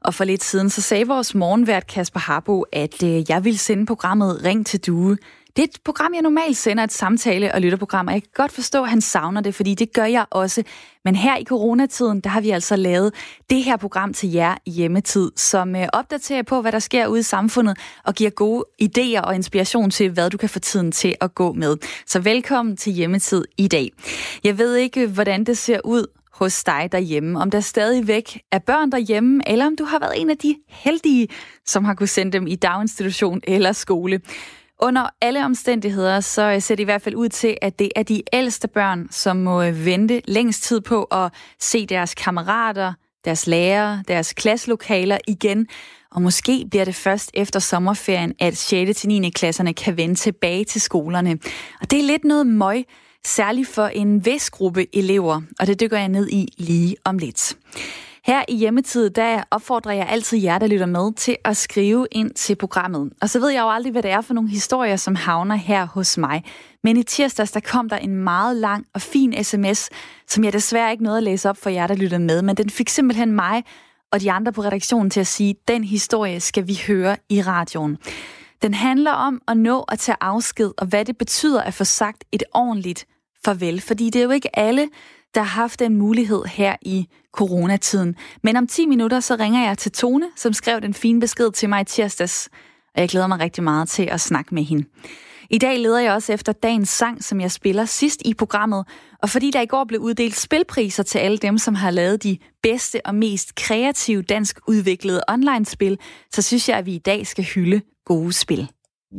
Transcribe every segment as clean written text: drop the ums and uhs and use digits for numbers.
Og for lidt siden, så sagde vores morgenvært Kasper Harbo, at jeg ville sende programmet Ring til Due. Det er et program, jeg normalt sender, et samtale- og lytterprogram, og jeg kan godt forstå, at han savner det, fordi det gør jeg også. Men her i coronatiden, der har vi altså lavet det her program til jer i Hjemmetid, som opdaterer på, hvad der sker ude i samfundet, og giver gode idéer og inspiration til, hvad du kan få tiden til at gå med. Så velkommen til Hjemmetid i dag. Jeg ved ikke, hvordan det ser ud hos dig derhjemme, om der stadigvæk er børn derhjemme, eller om du har været en af de heldige, som har kunne sende dem i daginstitution eller skole. Under alle omstændigheder, så ser det i hvert fald ud til, at det er de ældste børn, som må vente længst tid på at se deres kammerater, deres lærere, deres klasselokaler igen. Og måske bliver det først efter sommerferien, at 6. til 9. klasserne kan vende tilbage til skolerne. Og det er lidt noget møg, særligt for en vis gruppe elever, og det dykker jeg ned i lige om lidt. Her i Hjemmetid, der opfordrer jeg altid jer, der lytter med, til at skrive ind til programmet. Og så ved jeg jo aldrig, hvad det er for nogle historier, som havner her hos mig. Men i tirsdags, der kom der en meget lang og fin sms, som jeg desværre ikke nåede at læse op for jer, der lytter med. Men den fik simpelthen mig og de andre på redaktionen til at sige, at den historie skal vi høre i radioen. Den handler om at nå at tage afsked, og hvad det betyder at få sagt et ordentligt farvel. Fordi det er jo ikke alle, der har haft den mulighed her i coronatiden. Men om 10 minutter, så ringer jeg til Tone, som skrev den fine besked til mig i tirsdags. Og jeg glæder mig rigtig meget til at snakke med hende. I dag leder jeg også efter dagens sang, som jeg spiller sidst i programmet. Og fordi der i går blev uddelt spilpriser til alle dem, som har lavet de bedste og mest kreative dansk udviklede online-spil, så synes jeg, at vi i dag skal hylde gode spil.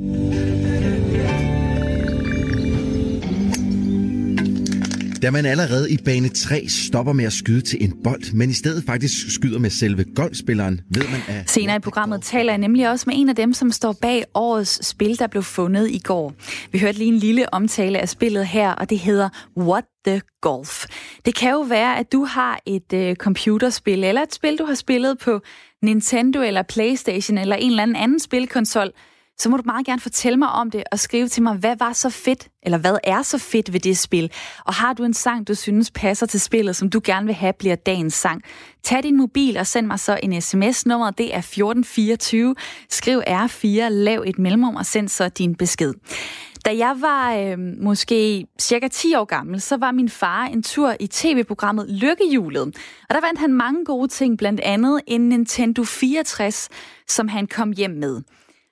Da man allerede i bane 3 stopper med at skyde til en bold, men i stedet faktisk skyder med selve golfspilleren, ved man at... Senere i programmet taler jeg nemlig også med en af dem, som står bag årets spil, der blev fundet i går. Vi hørte lige en lille omtale af spillet her, og det hedder What the Golf. Det kan jo være, at du har et computerspil, eller et spil, du har spillet på Nintendo eller PlayStation, eller en eller anden spilkonsol, så må du meget gerne fortælle mig om det og skrive til mig, hvad var så fedt, eller hvad er så fedt ved det spil? Og har du en sang, du synes passer til spillet, som du gerne vil have, bliver dagens sang? Tag din mobil og send mig så en sms. Nummeret det er 1424. Skriv R4, lav et mellemrum og send så din besked. Da jeg var måske cirka 10 år gammel, så var min far en tur i tv-programmet Lykkehjulet. Og der vandt han mange gode ting, blandt andet en Nintendo 64, som han kom hjem med.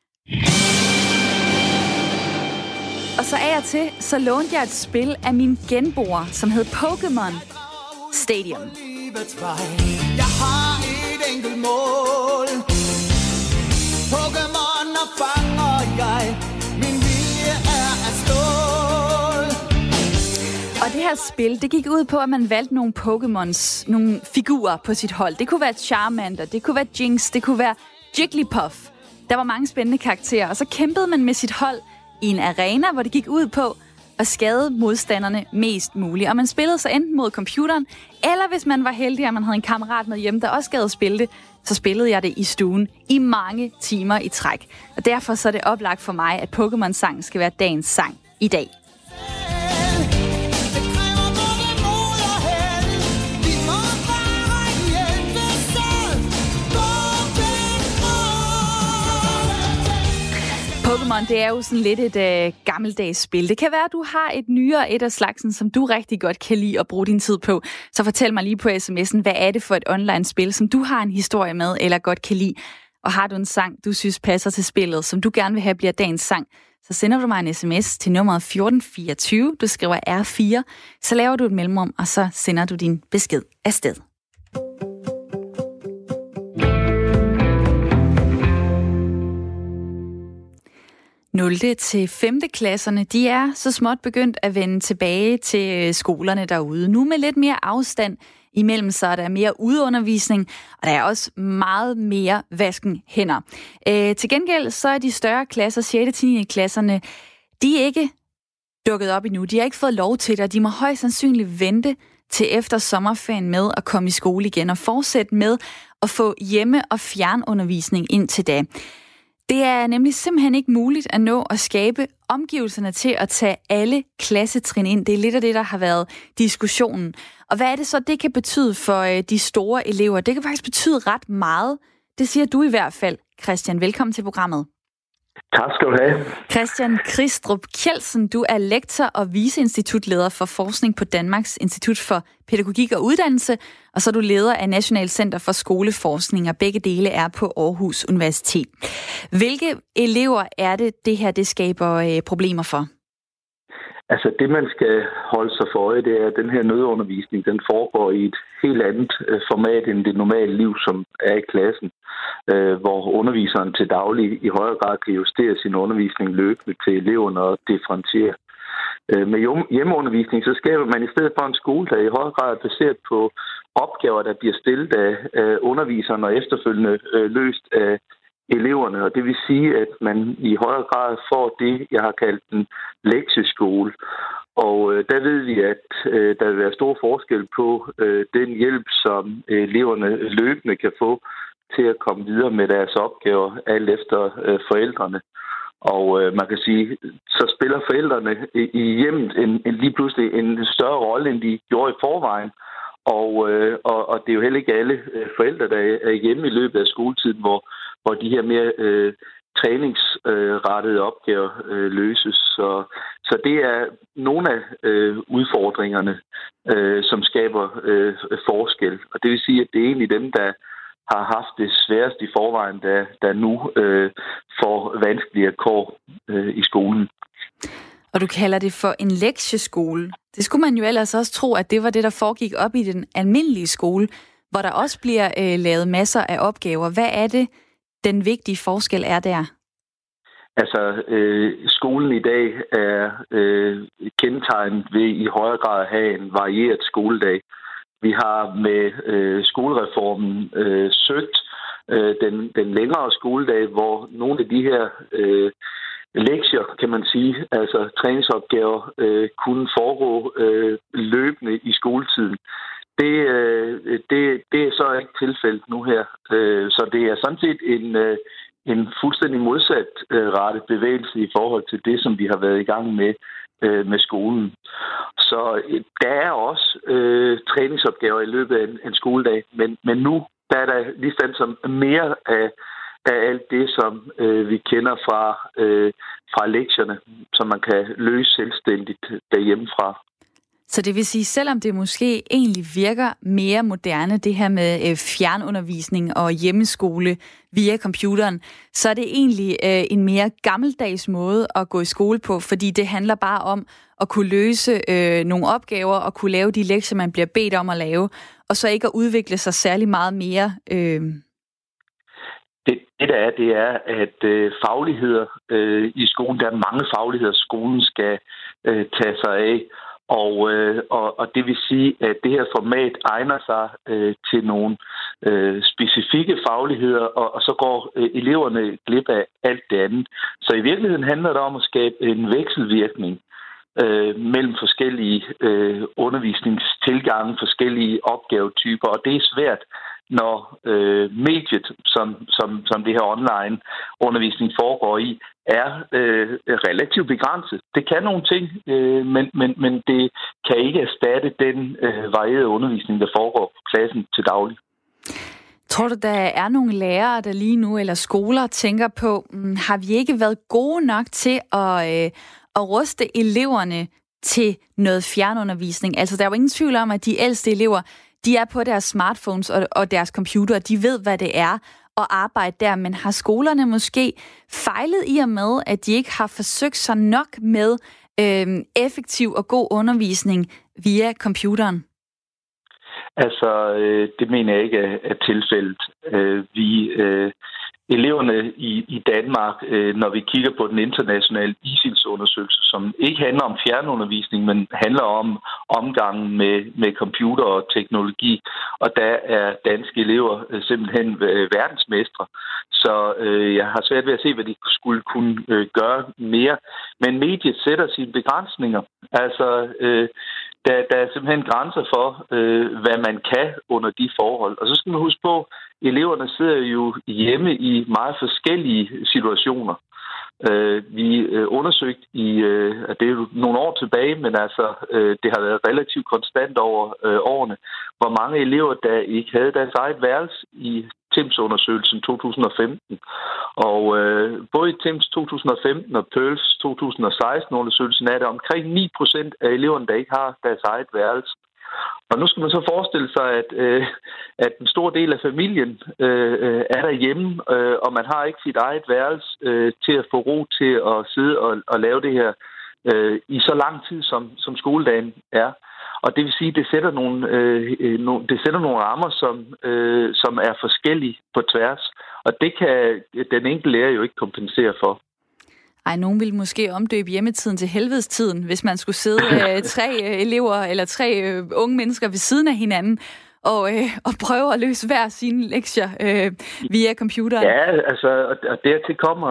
Og så af og til, så lånte jeg et spil af min genboer, som hed Pokémon Stadium. Jeg har et enkelt mål. Pokémon og fanger jeg. Min vilje er af stål. Og det her spil, det gik ud på, at man valgte nogle Pokémons, nogle figurer på sit hold. Det kunne være Charmander, det kunne være Jinx, det kunne være Jigglypuff. Der var mange spændende karakterer, og så kæmpede man med sit hold i en arena, hvor det gik ud på at skade modstanderne mest muligt. Og man spillede så enten mod computeren, eller hvis man var heldig, at man havde en kammerat med hjemme, der også gad at spille det, så spillede jeg det i stuen i mange timer i træk. Og derfor så er det oplagt for mig, at Pokémon-sangen skal være dagens sang i dag. Pokémon, det er jo sådan lidt et gammeldags spil. Det kan være, at du har et nyere et af slagsen, som du rigtig godt kan lide at bruge din tid på. Så fortæl mig lige på sms'en, hvad er det for et online-spil, som du har en historie med eller godt kan lide? Og har du en sang, du synes passer til spillet, som du gerne vil have bliver dagens sang, så sender du mig en sms til nummeret 1424. Du skriver R4, så laver du et mellemrum, og så sender du din besked afsted. 0. til 5. klasserne, de er så småt begyndt at vende tilbage til skolerne derude. Nu med lidt mere afstand imellem, så der er mere udundervisning, og der er også meget mere vasken hænder. Til gengæld så er de større klasser, 6. til 9. klasserne, de er ikke dukket op endnu. De har ikke fået lov til det, og de må højst sandsynligt vente til efter sommerferien med at komme i skole igen og fortsætte med at få hjemme- og fjernundervisning indtil da. Det er nemlig simpelthen ikke muligt at nå at skabe omgivelserne til at tage alle klassetrin ind. Det er lidt af det, der har været diskussionen. Og hvad er det så, det kan betyde for de store elever? Det kan faktisk betyde ret meget. Det siger du i hvert fald, Christian. Velkommen til programmet. Tak skal du have. Christian Kristrup Kjeldsen, du er lektor og viceinstitutleder for forskning på Danmarks Institut for Pædagogik og Uddannelse, og så er du leder af National Center for Skoleforskning, og begge dele er på Aarhus Universitet. Hvilke elever er det her det skaber problemer for? Altså det, man skal holde sig for øje, det er, at den her nødundervisning, den foregår i et helt andet format end det normale liv, som er i klassen, hvor underviseren til daglig i højere grad kan justere sin undervisning løbende til eleverne og differentiere. Med hjemmeundervisning, så skaber man i stedet for en skole, der i højere grad er baseret på opgaver, der bliver stillet af underviseren og efterfølgende løst af eleverne, og det vil sige, at man i højere grad får det, jeg har kaldt en lektieskole. Og der ved vi, at der vil være stor forskel på den hjælp, som eleverne løbende kan få til at komme videre med deres opgaver, alt efter forældrene. Og man kan sige, så spiller forældrene i hjemmet lige pludselig en større rolle, end de gjorde i forvejen. Og det er jo heller ikke alle forældre, der er hjemme i løbet af skoletiden, hvor de her mere træningsrettede opgaver løses. Så det er nogle af udfordringerne, som skaber forskel. Og det vil sige, at det er egentlig dem, der har haft det sværest i forvejen, der nu får vanskeligere kår i skolen. Og du kalder det for en lektieskole. Det skulle man jo ellers også tro, at det var det, der foregik op i den almindelige skole, hvor der også bliver lavet masser af opgaver. Hvad er det, den vigtige forskel er der? Altså, skolen i dag er kendetegnet ved i højere grad at have en varieret skoledag. Vi har med skolereformen søgt den længere skoledag, hvor nogle af de her lektier, kan man sige, altså træningsopgaver, kunne foregå løbende i skoletiden. Det er så ikke tilfældet nu her. Så det er sådan set en fuldstændig modsat rette bevægelse i forhold til det, som vi har været i gang med skolen. Så der er også træningsopgaver i løbet af en skoledag, men nu der er der lige som mere af alt det, som vi kender fra lektierne, som man kan løse selvstændigt derhjemmefra. Så det vil sige, selvom det måske egentlig virker mere moderne, det her med fjernundervisning og hjemmeskole via computeren, så er det egentlig en mere gammeldags måde at gå i skole på, fordi det handler bare om at kunne løse nogle opgaver og kunne lave de lektier, man bliver bedt om at lave, og så ikke at udvikle sig særlig meget mere. Det er, at fagligheder i skolen, der er mange fagligheder, skolen skal tage sig af. Og det vil sige, at det her format egner sig til nogle specifikke fagligheder, og så går eleverne glip af alt det andet. Så i virkeligheden handler det om at skabe en vekselvirkning mellem forskellige undervisningstilgange, forskellige opgavetyper, og det er svært, når mediet, som det her online undervisning foregår i, er relativt begrænset. Det kan nogle ting, men det kan ikke erstatte den varierede undervisning, der foregår på klassen til daglig. Tror du, der er nogle lærere, der lige nu, eller skoler, tænker på, har vi ikke været gode nok til at ruste eleverne til noget fjernundervisning? Altså, der er jo ingen tvivl om, at de ældste elever, de er på deres smartphones og deres computer, de ved, hvad det er at arbejde der, men har skolerne måske fejlet i og med, at de ikke har forsøgt sig nok med effektiv og god undervisning via computeren? Altså, det mener jeg ikke er tilfældet. Eleverne i Danmark, når vi kigger på den internationale ISILS-undersøgelse, som ikke handler om fjernundervisning, men handler om omgangen med computer og teknologi, og der er danske elever simpelthen verdensmestre. Så jeg har svært ved at se, hvad de skulle kunne gøre mere. Men mediet sætter sine begrænsninger. Altså, der er simpelthen grænser for, hvad man kan under de forhold. Og så skal man huske på, eleverne sidder jo hjemme i meget forskellige situationer. Vi undersøgte det er jo nogle år tilbage, men altså det har været relativt konstant over årene, hvor mange elever, der ikke havde deres eget værelse i TIMSS-undersøgelsen 2015. Og både i TIMSS 2015 og PIRLS 2016-undersøgelsen er der omkring 9% af eleverne, der ikke har deres eget værelse. Og nu skal man så forestille sig, at en stor del af familien er derhjemme, og man har ikke sit eget værelse til at få ro til at sidde og lave det her i så lang tid, som skoledagen er. Og det vil sige, at det sætter nogle rammer, som er forskellige på tværs. Og det kan den enkelte lærer jo ikke kompensere for. Ej, nogen ville måske omdøbe hjemmetiden til helvedestiden, hvis man skulle sidde 3 elever eller 3 unge mennesker ved siden af hinanden og prøve at løse hver sine lektier via computeren. Ja, altså, og dertil kommer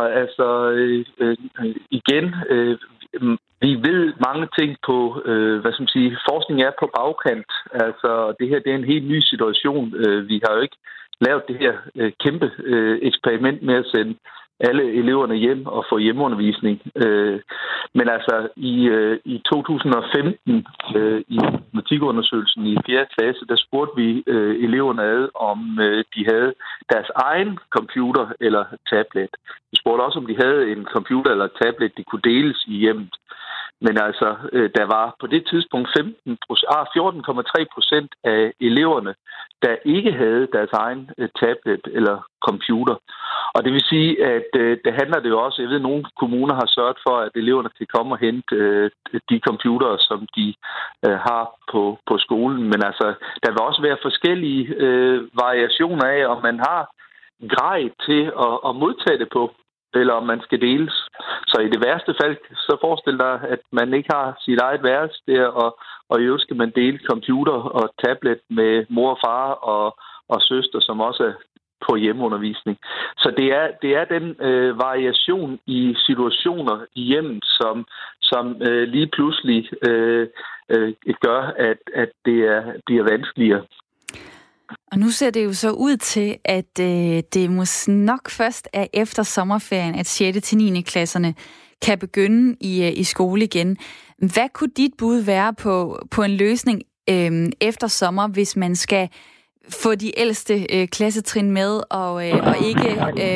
igen, vi ved mange ting på, forskning er på bagkant. Altså, det her det er en helt ny situation. Vi har jo ikke lavet det her kæmpe eksperiment med at sende alle eleverne hjem og få hjemmeundervisning. Men altså i 2015 i matematikundersøgelsen i 4. klasse, der spurgte vi eleverne ad, om de havde deres egen computer eller tablet. Vi spurgte også, om de havde en computer eller tablet, de kunne deles i hjemmet. Men altså, der var på det tidspunkt 14,3% af eleverne, der ikke havde deres egen tablet eller computer. Og det vil sige, at det handler det jo også, jeg ved, at nogle kommuner har sørget for, at eleverne kan komme og hente de computere, som de har på skolen. Men altså, der vil også være forskellige variationer af, om man har grej til at modtage det på, eller om man skal deles. Så i det værste fald, så forestil dig, at man ikke har sit eget værelse der, og i øvrigt skal man dele computer og tablet med mor og far og søster, som også er på hjemmeundervisning. Så det er den variation i situationer i hjemmet, som lige pludselig gør, at det bliver vanskeligere. Og nu ser det jo så ud til, at det måske nok først er efter sommerferien, at 6. til 9. klasserne kan begynde i skole igen. Hvad kunne dit bud være på en løsning efter sommer, hvis man skal få de ældste klassetrin med og ikke,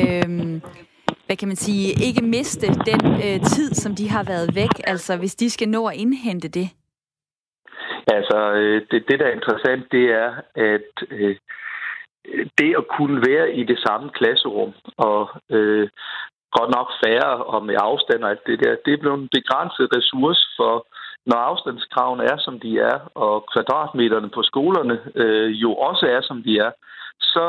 ikke miste den tid, som de har været væk, altså hvis de skal nå at indhente det? Altså, det der er interessant, det er, at det at kunne være i det samme klasserum, og godt nok færre og med afstand og alt det der, det er blevet en begrænset ressource, for når afstandskravene er, som de er, og kvadratmeterne på skolerne jo også er, som de er, så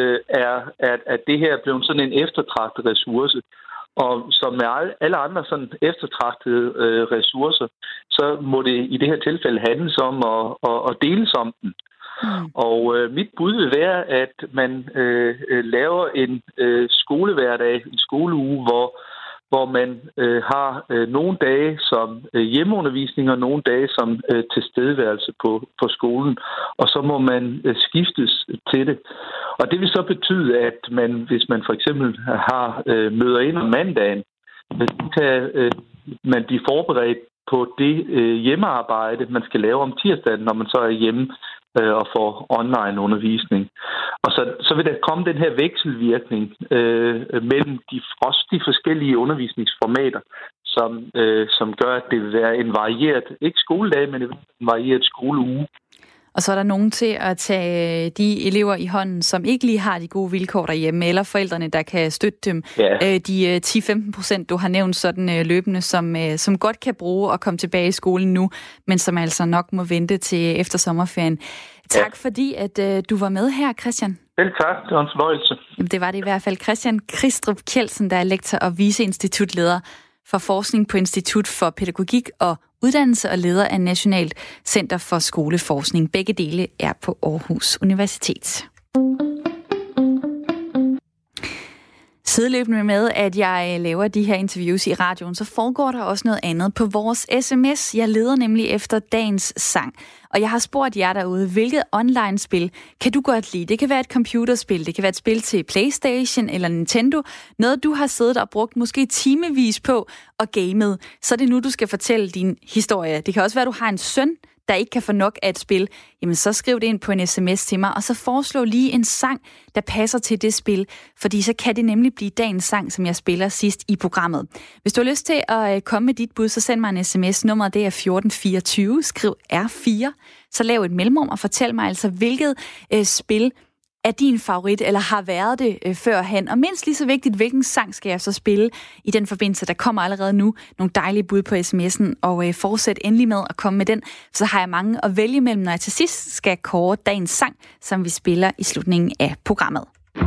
er det her blevet sådan en eftertragtet ressource. Og som med alle andre sådan eftertragtede ressourcer, så må det i det her tilfælde handles om at deles om den. Og mit bud vil være, at man laver en skolehverdag, en skoleuge, hvor man har nogle dage som hjemmeundervisning og nogle dage som tilstedeværelse på skolen. Og så må man skiftes til det. Og det vil så betyde, at hvis man for eksempel har møder ind om mandagen, kan man blive forberedt på det hjemmearbejde, man skal lave om tirsdagen, når man så er hjemme og får online undervisning. Og så vil der komme den her vekselvirkning mellem de forskellige undervisningsformater, som gør, at det vil være en varieret, ikke skoledag, men en varieret skoleuge. Og så er der nogen til at tage de elever i hånden, som ikke lige har de gode vilkår derhjemme, eller forældrene, der kan støtte dem. Ja. De 10-15%, du har nævnt sådan løbende, som godt kan bruge at komme tilbage i skolen nu, men som altså nok må vente til efter sommerferien. Tak fordi, at du var med her, Christian. Vel tak, det var en fornøjelse. Jamen, det var det i hvert fald. Christian Kristrup Kjeldsen, der er lektor og viceinstitutleder for forskning på Institut for Pædagogik og Uddannelse og leder af Nationalt Center for Skoleforskning. Begge dele er på Aarhus Universitet. Sideløbende med, at jeg laver de her interviews i radioen, så foregår der også noget andet på vores sms. Jeg leder nemlig efter dagens sang. Og jeg har spurgt jer derude, hvilket online-spil kan du godt lide? Det kan være et computerspil, det kan være et spil til PlayStation eller Nintendo. Noget, du har siddet og brugt måske timevis på og gamet. Så er det nu, du skal fortælle din historie. Det kan også være, at du har en søn, der ikke kan få nok af et spil, jamen så skriv det ind på en sms til mig, og så foreslå lige en sang, der passer til det spil, fordi så kan det nemlig blive dagens sang, som jeg spiller sidst i programmet. Hvis du har lyst til at komme med dit bud, så send mig en sms. Nummeret det er 1424, skriv R4, så lav et mellemrum og fortæl mig altså, hvilket spil er din favorit, eller har været det førhen. Og mindst lige så vigtigt, hvilken sang skal jeg så spille i den forbindelse. Der kommer allerede nu nogle dejlige bud på sms'en, og fortsæt endelig med at komme med den. Så har jeg mange at vælge mellem, når jeg til sidst skal kåre dagens sang, som vi spiller i slutningen af programmet.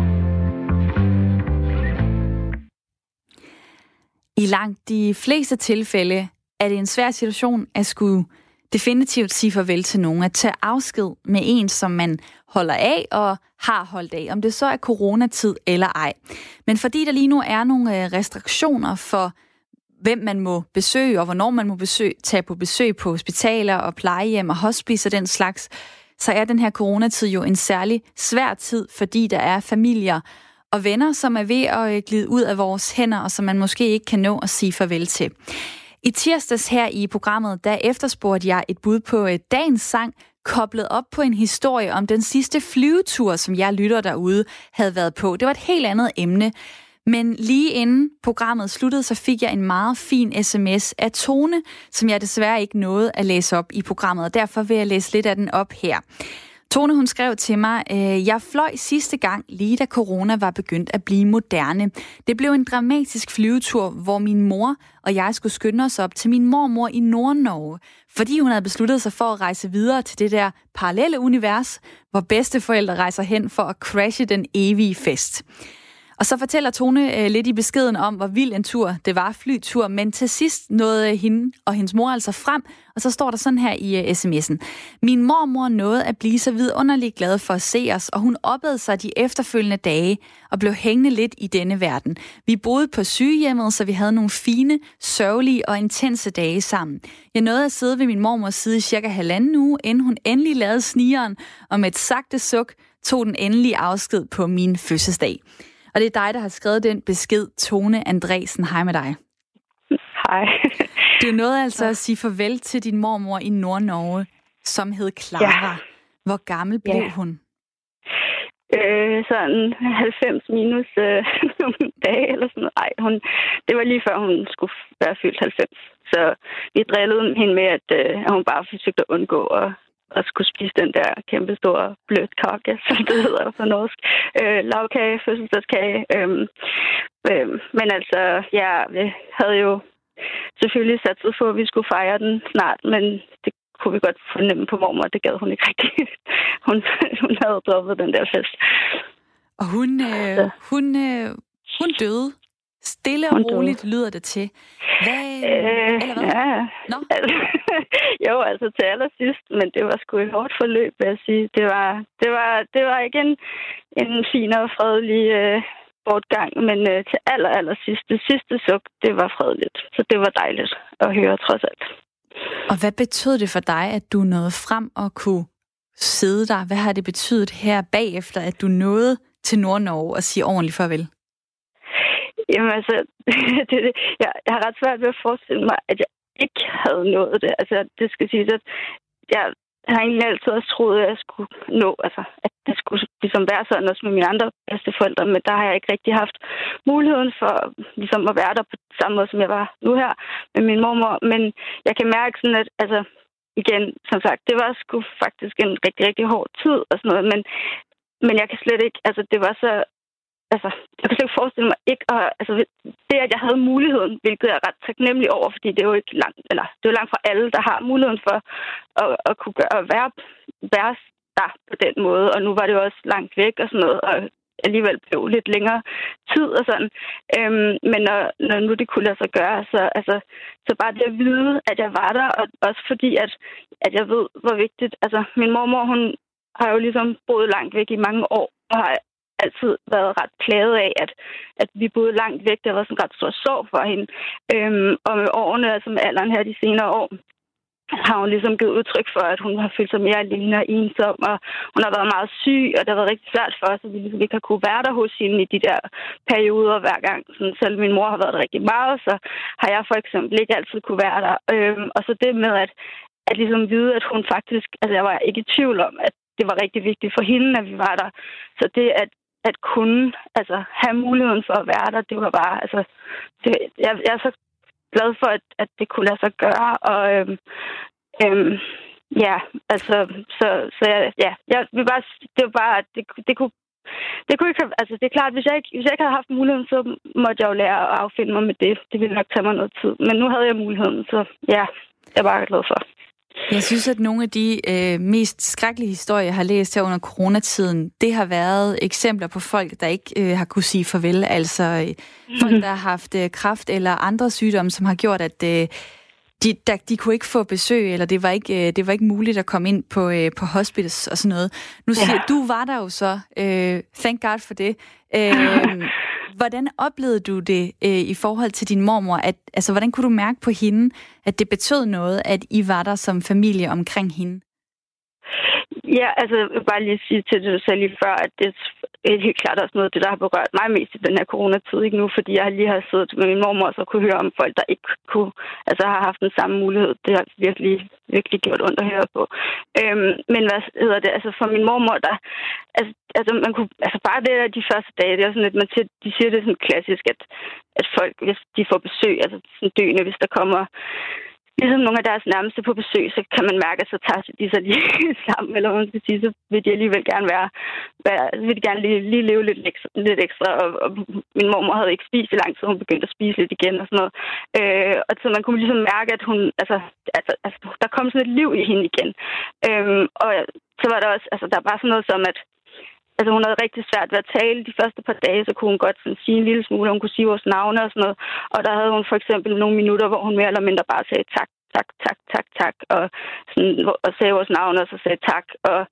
I langt de fleste tilfælde er det en svær situation at skulle definitivt sige farvel til nogen, at tage afsked med en, som man holder af og har holdt af, om det så er coronatid eller ej. Men fordi der lige nu er nogle restriktioner for, hvem man må besøge, og hvornår man må tage på besøg på hospitaler og plejehjem og hospice og den slags, så er den her coronatid jo en særlig svær tid, fordi der er familier og venner, som er ved at glide ud af vores hænder, og som man måske ikke kan nå at sige farvel til. I tirsdags her i programmet, der efterspurgte jeg et bud på dagens sang, koblet op på en historie om den sidste flyvetur, som jeg lytter derude havde været på. Det var et helt andet emne, men lige inden programmet sluttede, så fik jeg en meget fin sms af Tone, som jeg desværre ikke nåede at læse op i programmet, og derfor vil jeg læse lidt af den op her. Tone, hun skrev til mig, jeg fløj sidste gang, lige da corona var begyndt at blive moderne. Det blev en dramatisk flyvetur, hvor min mor og jeg skulle skynde os op til min mormor i Nord-Norge, fordi hun havde besluttet sig for at rejse videre til det der parallelle univers, hvor bedsteforældre rejser hen for at crashe den evige fest. Og så fortæller Tone lidt i beskeden om, hvor vild en tur det var, flytur, men til sidst nåede hende og hendes mor altså frem, og så står der sådan her i sms'en. Min mormor nåede at blive så vidunderligt glad for at se os, og hun oppede sig de efterfølgende dage og blev hængende lidt i denne verden. Vi boede på sygehjemmet, så vi havde nogle fine, sørgelige og intense dage sammen. Jeg nåede at sidde ved min mormors side i cirka 1,5 uge, inden hun endelig lavede snigeren, og med et sagte suk tog den endelige afsked på min fødselsdag. Og det er dig, der har skrevet den besked, Tone Andresen. Hej med dig. Hej. Du nåede altså at sige farvel til din mormor i Nord-Norge, som hed Clara. Ja. Hvor gammel blev hun? Sådan 90 minus nogle dage eller sådan noget. Ej, det var lige før hun skulle være fyldt 90. Så vi drillede hende med, at hun bare forsøgte at undgå at skulle spise den der kæmpe store blødt kage, som det hedder på norsk. Lavkage, fødselsdagskage. Men altså, ja, vi havde jo selvfølgelig satset på, at vi skulle fejre den snart, men det kunne vi godt fornemme på mormor, det gad hun ikke rigtigt. Hun havde droppet den der fest. Og hun døde. Stille og roligt lyder det til. Eller hvad? Ja. No? Jo, altså til allersidst, men det var sgu et hårdt forløb, vil jeg sige. Det var ikke en fin og fredelig bortgang, men til allersidst, det sidste suk, det var fredeligt. Så det var dejligt at høre, trods alt. Og hvad betød det for dig, at du nåede frem og kunne sidde der? Hvad har det betydet her bagefter, at du nåede til Nord-Norge og sige ordentligt farvel? Jamen altså, jeg har ret svært ved at forestille mig, at jeg ikke havde nået det. Altså, det skal siges, at jeg har egentlig altid også troet, at jeg skulle nå, altså, at det skulle ligesom være sådan også med mine andre bedsteforældre, men der har jeg ikke rigtig haft muligheden for ligesom at være der på samme måde, som jeg var nu her med min mormor. Men jeg kan mærke sådan, at altså, igen, som sagt, det var sgu faktisk en rigtig, rigtig hård tid og sådan noget, men jeg kan slet ikke, altså det var så, altså, jeg kan slet ikke forestille mig ikke, altså det, at jeg havde muligheden, hvilket jeg er ret taknemmelig over, fordi det er jo ikke langt, eller det er jo langt fra alle, der har muligheden for at kunne være der på den måde, og nu var det jo også langt væk og sådan noget, og alligevel blev lidt længere tid og sådan. Men når nu det kunne lade sig gøre, så bare det at vide, at jeg var der, og også fordi, at jeg ved, hvor vigtigt, altså min mormor, hun har jo ligesom boet langt væk i mange år, og har altid været ret plaget af, at vi boede langt væk. Der var sådan en ret stor sorg for hende. Og med årene, altså med alderen her de senere år, har hun ligesom givet udtryk for, at hun har følt sig mere alene og ensom, og hun har været meget syg, og det har været rigtig svært for os, at vi ligesom ikke har kunne være der hos hende i de der perioder hver gang. Sådan, selv min mor har været der rigtig meget, så har jeg for eksempel ikke altid kunne være der. Og så det med at ligesom vide, at hun faktisk, altså jeg var ikke i tvivl om, at det var rigtig vigtigt for hende, at vi var der. Så det at kunne altså have muligheden for at være der, det var bare, altså jeg er så glad for, at det kunne lade sig gøre, og ja, altså, så jeg vil bare, det var bare, det kunne ikke have, altså det er klart, hvis jeg ikke havde haft muligheden, så måtte jeg jo lære at affinde mig med det. Det ville nok tage mig noget tid, men nu havde jeg muligheden, så ja, jeg er bare glad for. Jeg synes, at nogle af de mest skrækkelige historier, jeg har læst her under coronatiden, det har været eksempler på folk, der ikke har kunne sige farvel. Altså folk, der har haft kræft eller andre sygdomme, som har gjort, at de kunne ikke få besøg, eller det var ikke muligt at komme ind på hospice og sådan noget. Nu siger du var der jo så. Thank God for det. Hvordan oplevede du det i forhold til din mormor? Altså, hvordan kunne du mærke på hende, at det betød noget, at I var der som familie omkring hende? Ja, altså bare lige sige til det, du sagde lige før, at det er helt klart også noget af det, der har berørt mig mest i den her coronatid, ikke nu, fordi jeg lige har siddet med min mormor og kunne høre om folk, der ikke kunne, altså har haft den samme mulighed. Det har virkelig, virkelig gjort ondt at høre på. Men hvad hedder det, altså for min mormor, der, altså man kunne, altså bare det der de første dage, det er sådan lidt, de siger det sådan klassisk, at folk, hvis de får besøg, altså sådan døende, hvis der kommer ligesom nogle af deres nærmeste på besøg, så kan man mærke, at så tager de sig lige sammen, eller hvad man skal sige, så vil de alligevel gerne vil de gerne lige leve lidt ekstra, og min mormor havde ikke spist i lang tid, hun begyndte at spise lidt igen og sådan noget. Og så man kunne ligesom mærke, at hun, altså der kom sådan et liv i hende igen. Og så var der også, altså der var sådan noget som, at altså hun havde rigtig svært ved at tale de første par dage, så kunne hun godt sådan sige en lille smule, og hun kunne sige vores navne og sådan noget. Og der havde hun for eksempel nogle minutter, hvor hun mere eller mindre bare sagde tak, og sagde vores navne, og så sagde tak.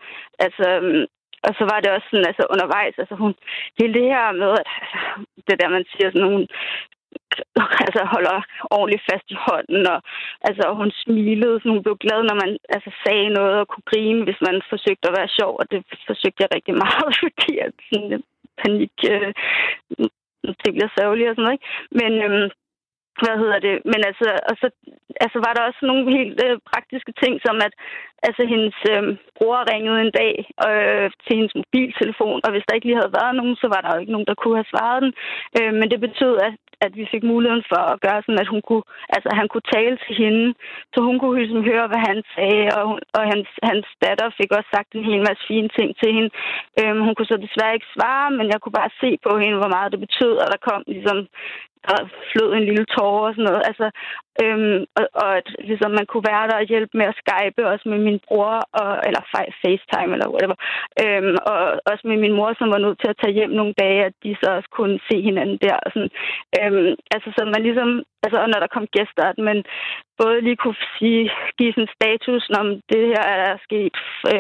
Og så var det også sådan, altså undervejs, altså hun, hele det her med, at altså, det der, man siger sådan nogle, altså holder ordentligt fast i hånden, og altså hun smilede, så hun blev glad, når man altså sagde noget og kunne grine, hvis man forsøgte at være sjov, og det forsøgte jeg rigtig meget, fordi at sådan panik, det bliver sørgeligt og sådan noget, ikke? Men men altså var der også nogle helt praktiske ting, som at altså hendes bror ringede en dag til hendes mobiltelefon, og hvis der ikke lige havde været nogen, så var der jo ikke nogen, der kunne have svaret den. Men det betød, at vi fik muligheden for at gøre sådan, at han kunne tale til hende, så hun kunne ligesom høre, hvad han sagde, og hans datter fik også sagt en hel masse fine ting til hende. Hun kunne så desværre ikke svare, men jeg kunne bare se på hende, hvor meget det betød, og der kom ligesom der flød en lille tåre og sådan noget. Altså, og at ligesom man kunne være der og hjælpe med at Skype, også med min bror, eller FaceTime, eller whatever. Og også med min mor, som var nødt til at tage hjem nogle dage, at de så også kunne se hinanden der. Og sådan. Altså, så man ligesom, altså, og når der kom gæster, at man både lige kunne give sådan status, om det her er sket,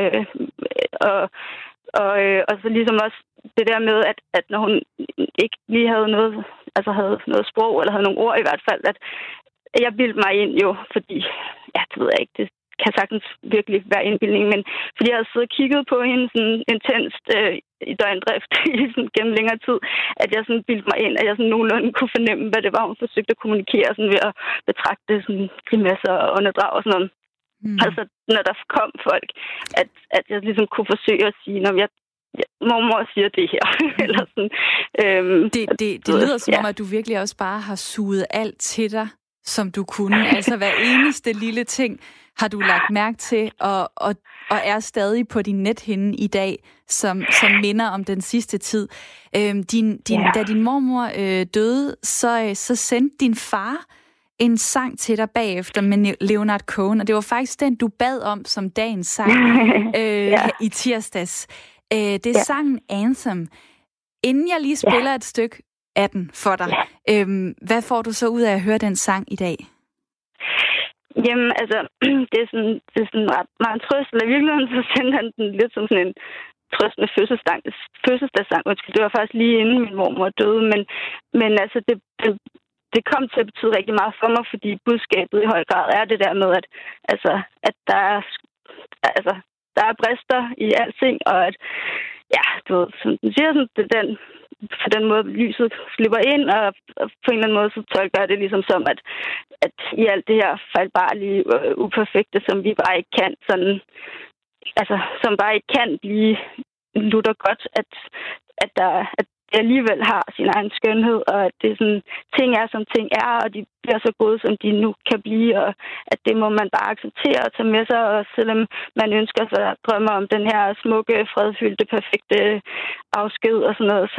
og så ligesom også det der med, at når hun ikke lige havde noget, altså havde noget sprog, eller havde nogle ord i hvert fald, at jeg bildte mig ind jo, fordi, ja, det ved jeg ikke, det kan sagtens virkelig være indbildning, men fordi jeg havde siddet og kigget på hende sådan intenst i døgndrift gennem længere tid, at jeg sådan bildte mig ind, at jeg sådan nogenlunde kunne fornemme, hvad det var, hun forsøgte at kommunikere sådan ved at betragte sådan grimasser og åndedrag og sådan noget. Altså, når der kom folk, at jeg ligesom kunne forsøge at sige, når mormor siger det her. Eller sådan. Det lyder som om, at du virkelig også bare har suget alt til dig, som du kunne. Altså, hver eneste lille ting har du lagt mærke til, og er stadig på din nethinde i dag, som minder om den sidste tid. Da din mormor døde, så sendte din far en sang til dig bagefter med Leonard Cohen, og det var faktisk den, du bad om som dagens sang i tirsdags. Det er sangen Anthem. Inden jeg lige spiller et stykke af den for dig, hvad får du så ud af at høre den sang i dag? Jamen, altså, det er sådan ret meget trøst, eller i virkeligheden så sender han den lidt som sådan en trøstende fødselsdagssang. Det var faktisk lige inden min mormor døde, men altså det kom til at betyde rigtig meget for mig, fordi budskabet i høj grad er det der med, at der er brister i alting, og at, ja, du ved, som den siger, sådan, på den måde lyset slipper ind, og på en eller anden måde så tolker jeg det ligesom som, at i alt det her fejlbarlige, uperfekte, som vi bare ikke kan, sådan, altså, som bare ikke kan blive lutter godt, at det alligevel har sin egen skønhed, og at det er sådan, ting er, som ting er, og de bliver så gode, som de nu kan blive, og at det må man bare acceptere og tage med sig, og selvom man ønsker sig drømmer om den her smukke, fredfyldte, perfekte afsked og sådan noget,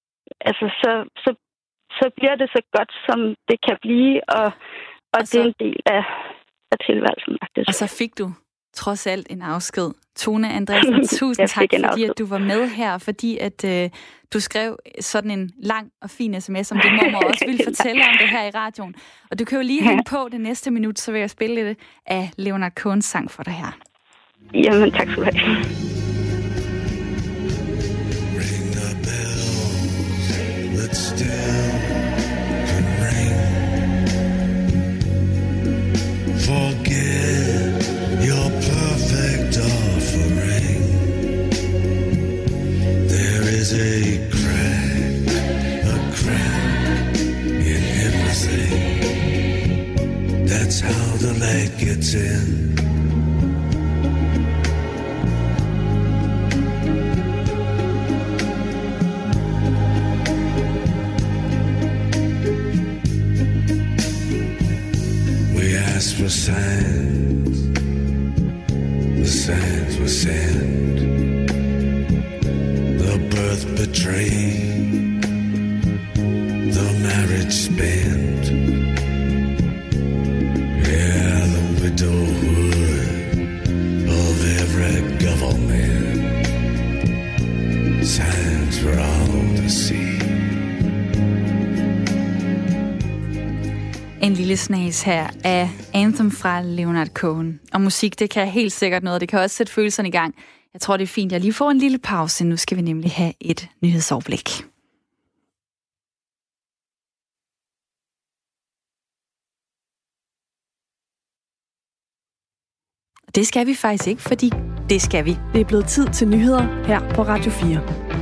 så bliver det så godt, som det kan blive, og det er en del af tilværelsen. Og så fik du trods alt en afsked. Tone Andreasen, tusind tak, fordi at du var med her, fordi at du skrev sådan en lang og fin sms, om din mormor også ville fortælle om det her i radioen. Og du kan jo lige hænge på det næste minut, så vil jeg spille lidt af Leonard Cohens sang for dig her. Jamen, tak skal du have. Ring the bell that still can ring. Forget your perfect offering. There is a crack in everything. That's how the light gets in. We asked for signs. The signs were sent. The birth betrayed. The marriage spent. Yeah, the widowhood of every government. Signs for all to see. En lille snas her af Anthem fra Leonard Cohen. Og musik, det kan helt sikkert noget. Det kan også sætte følelserne i gang. Jeg tror, det er fint. Jeg lige får en lille pause. Nu skal vi nemlig have et nyhedsoverblik. Det skal vi faktisk ikke, fordi det skal vi. Det er blevet tid til nyheder her på Radio 4.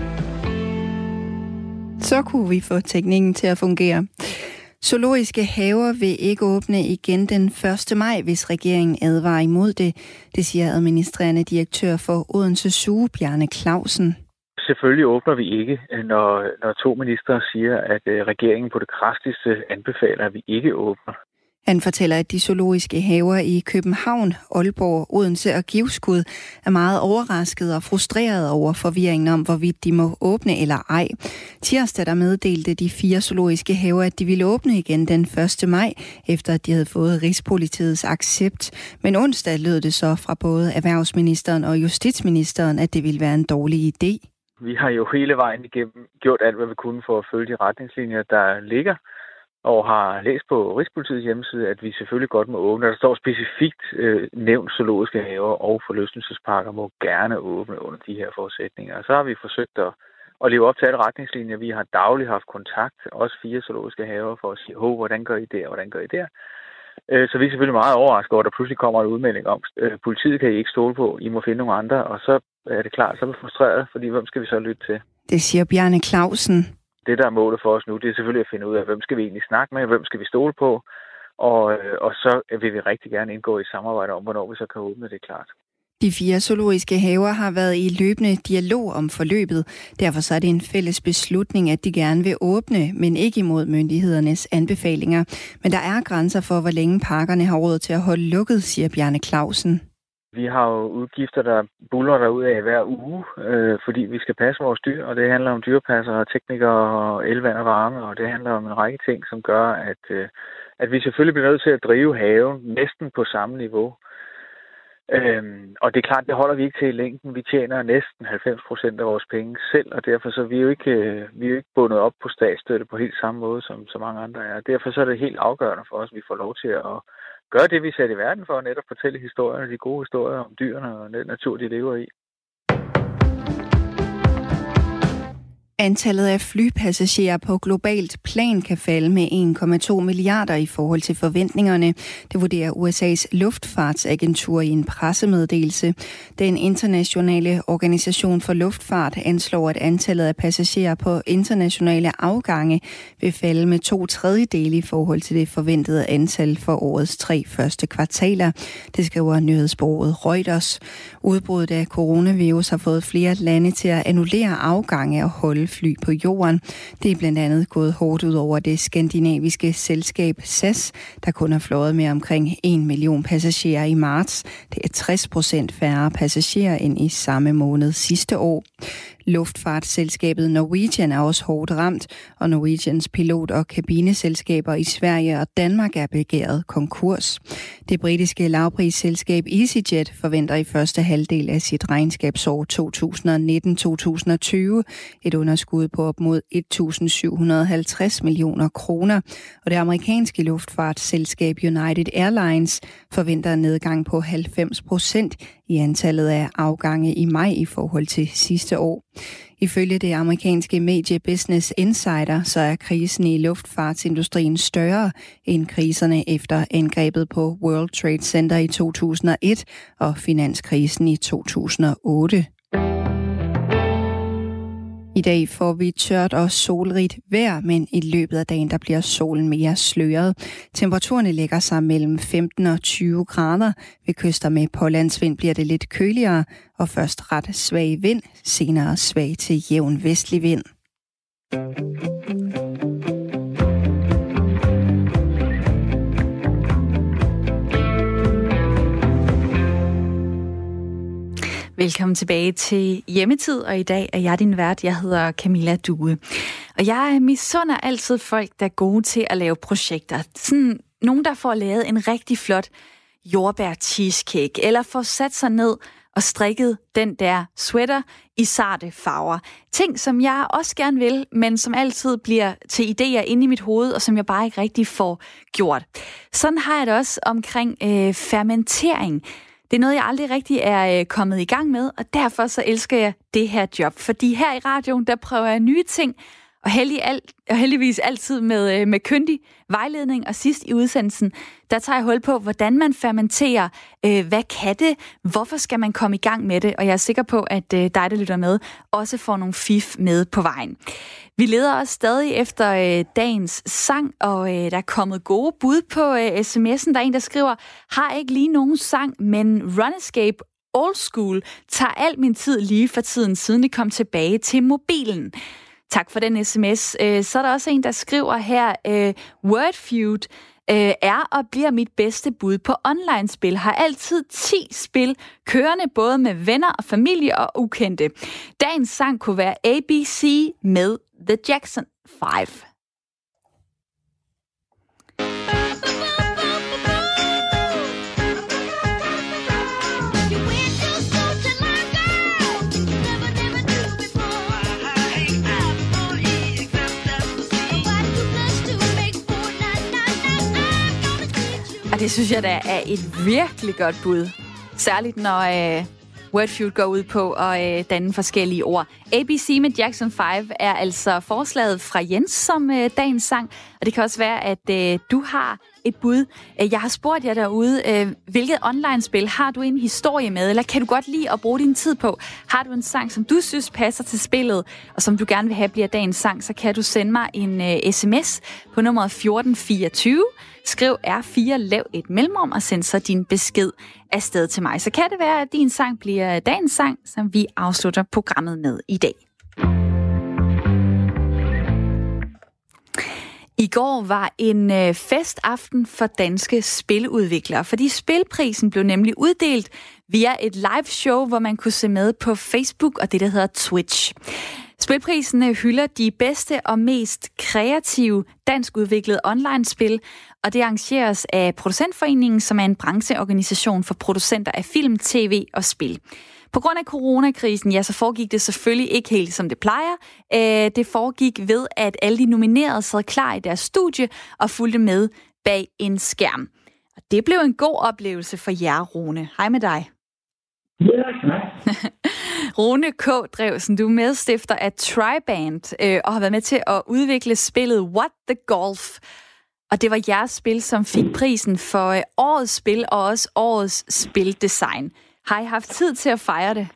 Så kunne vi få teknikken til at fungere. Zoologiske haver vil ikke åbne igen den 1. maj, hvis regeringen advarer imod det. Det siger administrerende direktør for Odense Zoo, Bjarne Clausen. Selvfølgelig åbner vi ikke, når to ministre siger, at regeringen på det kraftigste anbefaler, at vi ikke åbner. Han fortæller, at de zoologiske haver i København, Aalborg, Odense og Givskud er meget overrasket og frustreret over forvirringen om, hvorvidt de må åbne eller ej. Tirsdag der meddelte de 4 zoologiske haver, at de ville åbne igen den 1. maj, efter at de havde fået Rigspolitiets accept. Men onsdag lød det så fra både erhvervsministeren og justitsministeren, at det ville være en dårlig idé. Vi har jo hele vejen igennem gjort alt, hvad vi kunne for at følge de retningslinjer, der ligger, og har læst på Rigspolitiets hjemmeside, at vi selvfølgelig godt må åbne. Der står specifikt nævnt zoologiske haver og forlystelsesparker må gerne åbne under de her forudsætninger. Og så har vi forsøgt at leve op til alle retningslinjer. Vi har dagligt haft kontakt, også 4 zoologiske haver, for at sige, hvordan gør I det, og hvordan gør I der? Så vi er selvfølgelig meget overrasket over, at der pludselig kommer en udmelding om, politiet kan I ikke stole på, I må finde nogle andre, og så er det klart, så er vi frustreret, fordi hvem skal vi så lytte til? Det siger Bjarne Clausen. Det, der er målet for os nu, det er selvfølgelig at finde ud af, hvem skal vi egentlig snakke med, hvem skal vi stole på, og så vil vi rigtig gerne indgå i samarbejde om, hvornår vi så kan åbne, det er klart. De 4 zoologiske haver har været i løbende dialog om forløbet. Derfor så er det en fælles beslutning, at de gerne vil åbne, men ikke imod myndighedernes anbefalinger. Men der er grænser for, hvor længe parkerne har råd til at holde lukket, siger Bjarne Clausen. Vi har jo udgifter, der buller derud af hver uge, fordi vi skal passe vores dyr, og det handler om dyrepasser og teknikere og elvand og varme, og det handler om en række ting, som gør, at vi selvfølgelig bliver nødt til at drive haven næsten på samme niveau. Og det er klart, det holder vi ikke til i længden. Vi tjener næsten 90% af vores penge selv, og derfor så er vi jo ikke bundet op på statsstøtte på helt samme måde, som så mange andre er. Derfor så er det helt afgørende for os, at vi får lov til at gøre det, vi sætter i verden for, netop fortælle historierne, de gode historier om dyrene og den natur, de lever i. Antallet af flypassagerer på globalt plan kan falde med 1,2 milliarder i forhold til forventningerne. Det vurderer USA's luftfartsagentur i en pressemeddelelse. Den internationale organisation for luftfart anslår, at antallet af passagerer på internationale afgange vil falde med 2/3 i forhold til det forventede antal for årets 3 første kvartaler. Det skriver nyhedsbureauet Reuters. Udbruddet af coronavirus har fået flere lande til at annullere afgange og holde fly på jorden. Det er blandt andet gået hårdt ud over det skandinaviske selskab SAS, der kun har fløjet med omkring 1 million passagerer i marts. Det er 60% færre passagerer end i samme måned sidste år. Luftfartsselskabet Norwegian er også hårdt ramt, og Norwegians pilot- og kabineselskaber i Sverige og Danmark er begæret konkurs. Det britiske lavprisselskab EasyJet forventer i første halvdel af sit regnskabsår 2019-2020 et underskud på op mod 1.750 millioner kroner, og det amerikanske luftfartsselskab United Airlines forventer en nedgang på 90% i antallet af afgange i maj i forhold til sidste år. Ifølge det amerikanske medie Business Insider, så er krisen i luftfartsindustrien større end kriserne efter angrebet på World Trade Center i 2001 og finanskrisen i 2008. I dag får vi tørt og solrigt vejr, men i løbet af dagen der bliver solen mere sløret. Temperaturerne lægger sig mellem 15 og 20 grader. Ved kyster med pålandsvind bliver det lidt køligere, og først ret svag vind, senere svag til jævn vestlig vind. Velkommen tilbage til Hjemmetid, og i dag er jeg din vært. Jeg hedder Camilla Due. Og jeg misunder altid folk, der er gode til at lave projekter. Sådan nogen, der får lavet en rigtig flot jordbær-cheesecake, eller får sat sig ned og strikket den der sweater i sarte farver. Ting, som jeg også gerne vil, men som altid bliver til idéer inde i mit hoved, og som jeg bare ikke rigtig får gjort. Sådan har jeg det også omkring fermentering. Det er noget, jeg aldrig rigtig er kommet i gang med, og derfor så elsker jeg det her job. Fordi her i radioen, der prøver jeg nye ting, og heldigvis altid med kyndig vejledning. Og sidst i udsendelsen, der tager jeg hul på, hvordan man fermenterer. Hvad kan det? Hvorfor skal man komme i gang med det? Og jeg er sikker på, at dig, der lytter med, også får nogle fif med på vejen. Vi leder også stadig efter dagens sang, og der er kommet gode bud på sms'en. Der er en, der skriver, har ikke lige nogen sang, men Runescape Old School tager al min tid lige for tiden, siden det kom tilbage til mobilen. Tak for den sms. Så er der også en, der skriver her, Wordfeud er og bliver mit bedste bud på online-spil. Har altid 10 spil kørende, både med venner og familie og ukendte. Dagens sang kunne være ABC med The Jackson 5. Og det synes jeg da er et virkelig godt bud. Særligt når Wordfeud går ud på at danne forskellige ord. ABC med Jackson 5 er altså forslaget fra Jens som dagens sang. Og det kan også være, at du har et bud. Jeg har spurgt jer derude, hvilket online-spil har du en historie med? Eller kan du godt lide at bruge din tid på? Har du en sang, som du synes passer til spillet, og som du gerne vil have bliver dagens sang, så kan du sende mig en sms på nummeret 1424. Skriv R4, lav et mellemrum og send så din besked afsted til mig. Så kan det være, at din sang bliver dagens sang, som vi afslutter programmet med i dag. I går var en festaften for danske spiludviklere, fordi Spilprisen blev nemlig uddelt via et live show, hvor man kunne se med på Facebook og det, der hedder Twitch. Spilprisen hylder de bedste og mest kreative danskudviklede online-spil, og det arrangeres af Producentforeningen, som er en brancheorganisation for producenter af film, tv og spil. På grund af coronakrisen, ja, så foregik det selvfølgelig ikke helt som det plejer. Det foregik ved, at alle de nominerede sad klar i deres studie og fulgte med bag en skærm. Og det blev en god oplevelse for jer, Rune. Hej med dig. Ja, Rune K. Drewsen, du er medstifter af Triband og har været med til at udvikle spillet What the Golf. Og det var jeres spil, som fik prisen for årets spil og også årets spildesign. Har I haft tid til at fejre det?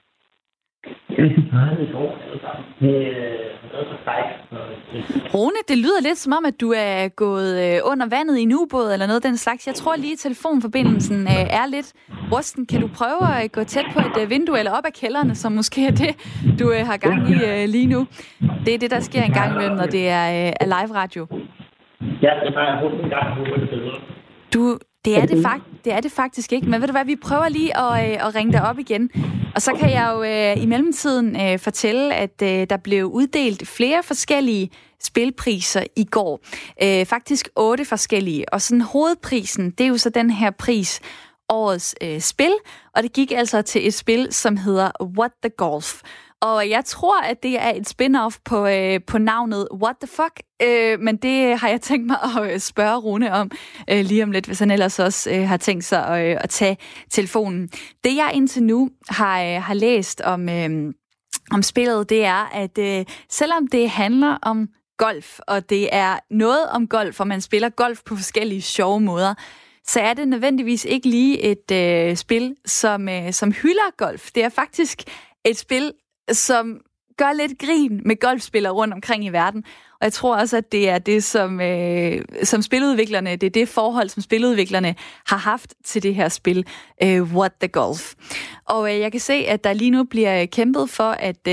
Rune, det lyder lidt som om, at du er gået under vandet i en ubåd eller noget den slags. Jeg tror lige, at telefonforbindelsen er lidt rusten. Kan du prøve at gå tæt på et vindue eller op ad kældrene, som måske er det, du har gang i lige nu? Det er det, der sker en gang imellem, når det er live radio. Ja, det har jeg holdt en gang på. Det er det faktisk ikke. Men ved du hvad, vi prøver lige at ringe dig op igen. Og så kan jeg jo i mellemtiden fortælle, at der blev uddelt flere forskellige spilpriser i går. Faktisk 8 forskellige. Og sådan hovedprisen, det er jo så den her pris, årets spil. Og det gik altså til et spil, som hedder What the Golf. Og jeg tror, at det er et spin-off på navnet What the Fuck, men det har jeg tænkt mig at spørge Rune om lige om lidt, hvis han ellers også har tænkt sig at tage telefonen. Det jeg indtil nu har læst om spillet, det er, at selvom det handler om golf, og det er noget om golf, og man spiller golf på forskellige sjove måder, så er det nødvendigvis ikke lige et spil, som hylder golf. Det er faktisk et spil, som gør lidt grin med golfspillere rundt omkring i verden. Og jeg tror også, at det er det, som spiludviklerne, det er det forhold, som spiludviklerne har haft til det her spil, What the Golf. Og jeg kan se, at der lige nu bliver kæmpet for,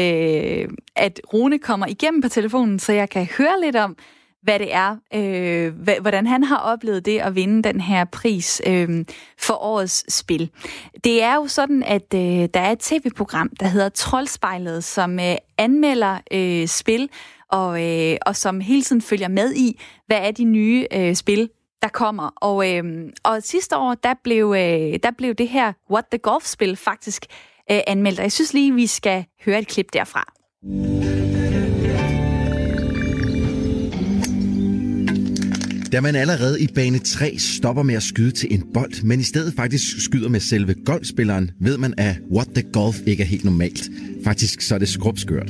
at Rune kommer igennem på telefonen, så jeg kan høre lidt om, hvad det er, hvordan han har oplevet det at vinde den her pris for årets spil. Det er jo sådan, at der er et tv-program, der hedder Troldspejlet, som anmelder spil, og som hele tiden følger med i, hvad er de nye spil, der kommer. Og sidste år, der blev det her What the Golf-spil faktisk anmeldt. Og jeg synes lige, vi skal høre et klip derfra. Da man allerede i bane 3 stopper med at skyde til en bold, men i stedet faktisk skyder med selve golfspilleren, ved man, at What the Golf ikke er helt normalt. Faktisk så er det skrubskørt.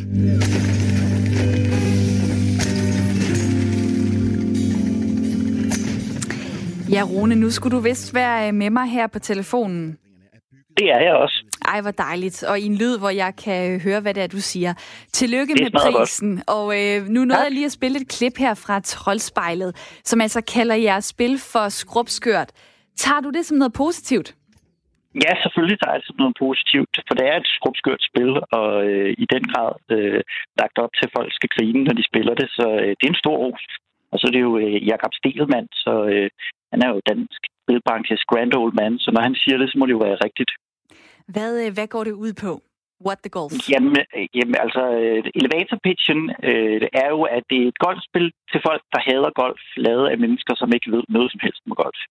Ja, Rune, nu skulle du vist være med mig her på telefonen. Det er jeg også. Ej, hvor dejligt. Og i en lyd, hvor jeg kan høre, hvad det er, du siger. Tillykke med prisen. Godt. Og nu nåede jeg lige at spille et klip her fra Troldspejlet, som altså kalder jeres spil for skrubskørt. Tager du det som noget positivt? Ja, selvfølgelig tager jeg det som noget positivt, for det er et skrubskørt spil, og i den grad lagt op til, at folk skal grine, når de spiller det. Så det er en stor ros. Og så er det jo Jakob Stegelmann, så han er jo dansk spilbranches grand old man, så når han siger det, så må det jo være rigtigt. Hvad går det ud på? What the Golf? Jamen altså, elevator pitchen er jo, at det er et golfspil til folk, der hader golf, lavet af mennesker, som ikke ved noget som helst om golf.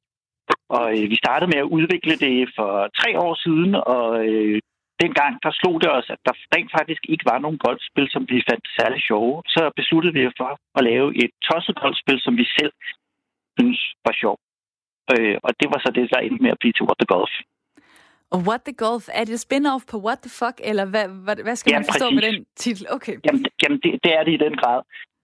Og vi startede med at udvikle det for 3 år siden, og dengang der slog det os, at der rent faktisk ikke var nogen golfspil, som vi fandt særlig sjove. Så besluttede vi for at lave et tosset golfspil, som vi selv synes var sjovt. Og det var så det, der endte med at blive til What the Golf. Og What the Golf, er det spin-off på What the Fuck, eller hvad skal man forstå med den titel? Okay. Jamen det er det i den grad.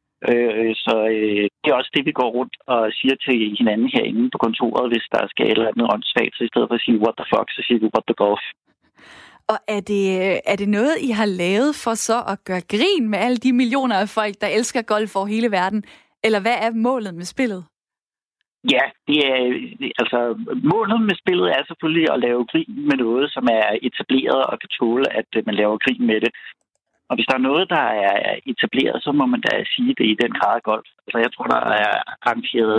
Så det er også det, vi går rundt og siger til hinanden herinde på kontoret, hvis der skal et eller andet åndssvagt, så i stedet for at sige What the Fuck, så siger vi What the Golf. Og er det noget, I har lavet for så at gøre grin med alle de millioner af folk, der elsker golf over hele verden? Eller hvad er målet med spillet? Ja, det er, altså målet med spillet er selvfølgelig at lave grin med noget, som er etableret og kan tåle, at man laver grin med det. Og hvis der er noget, der er etableret, så må man da sige det i den grad af golf. Altså jeg tror, der er arrangeret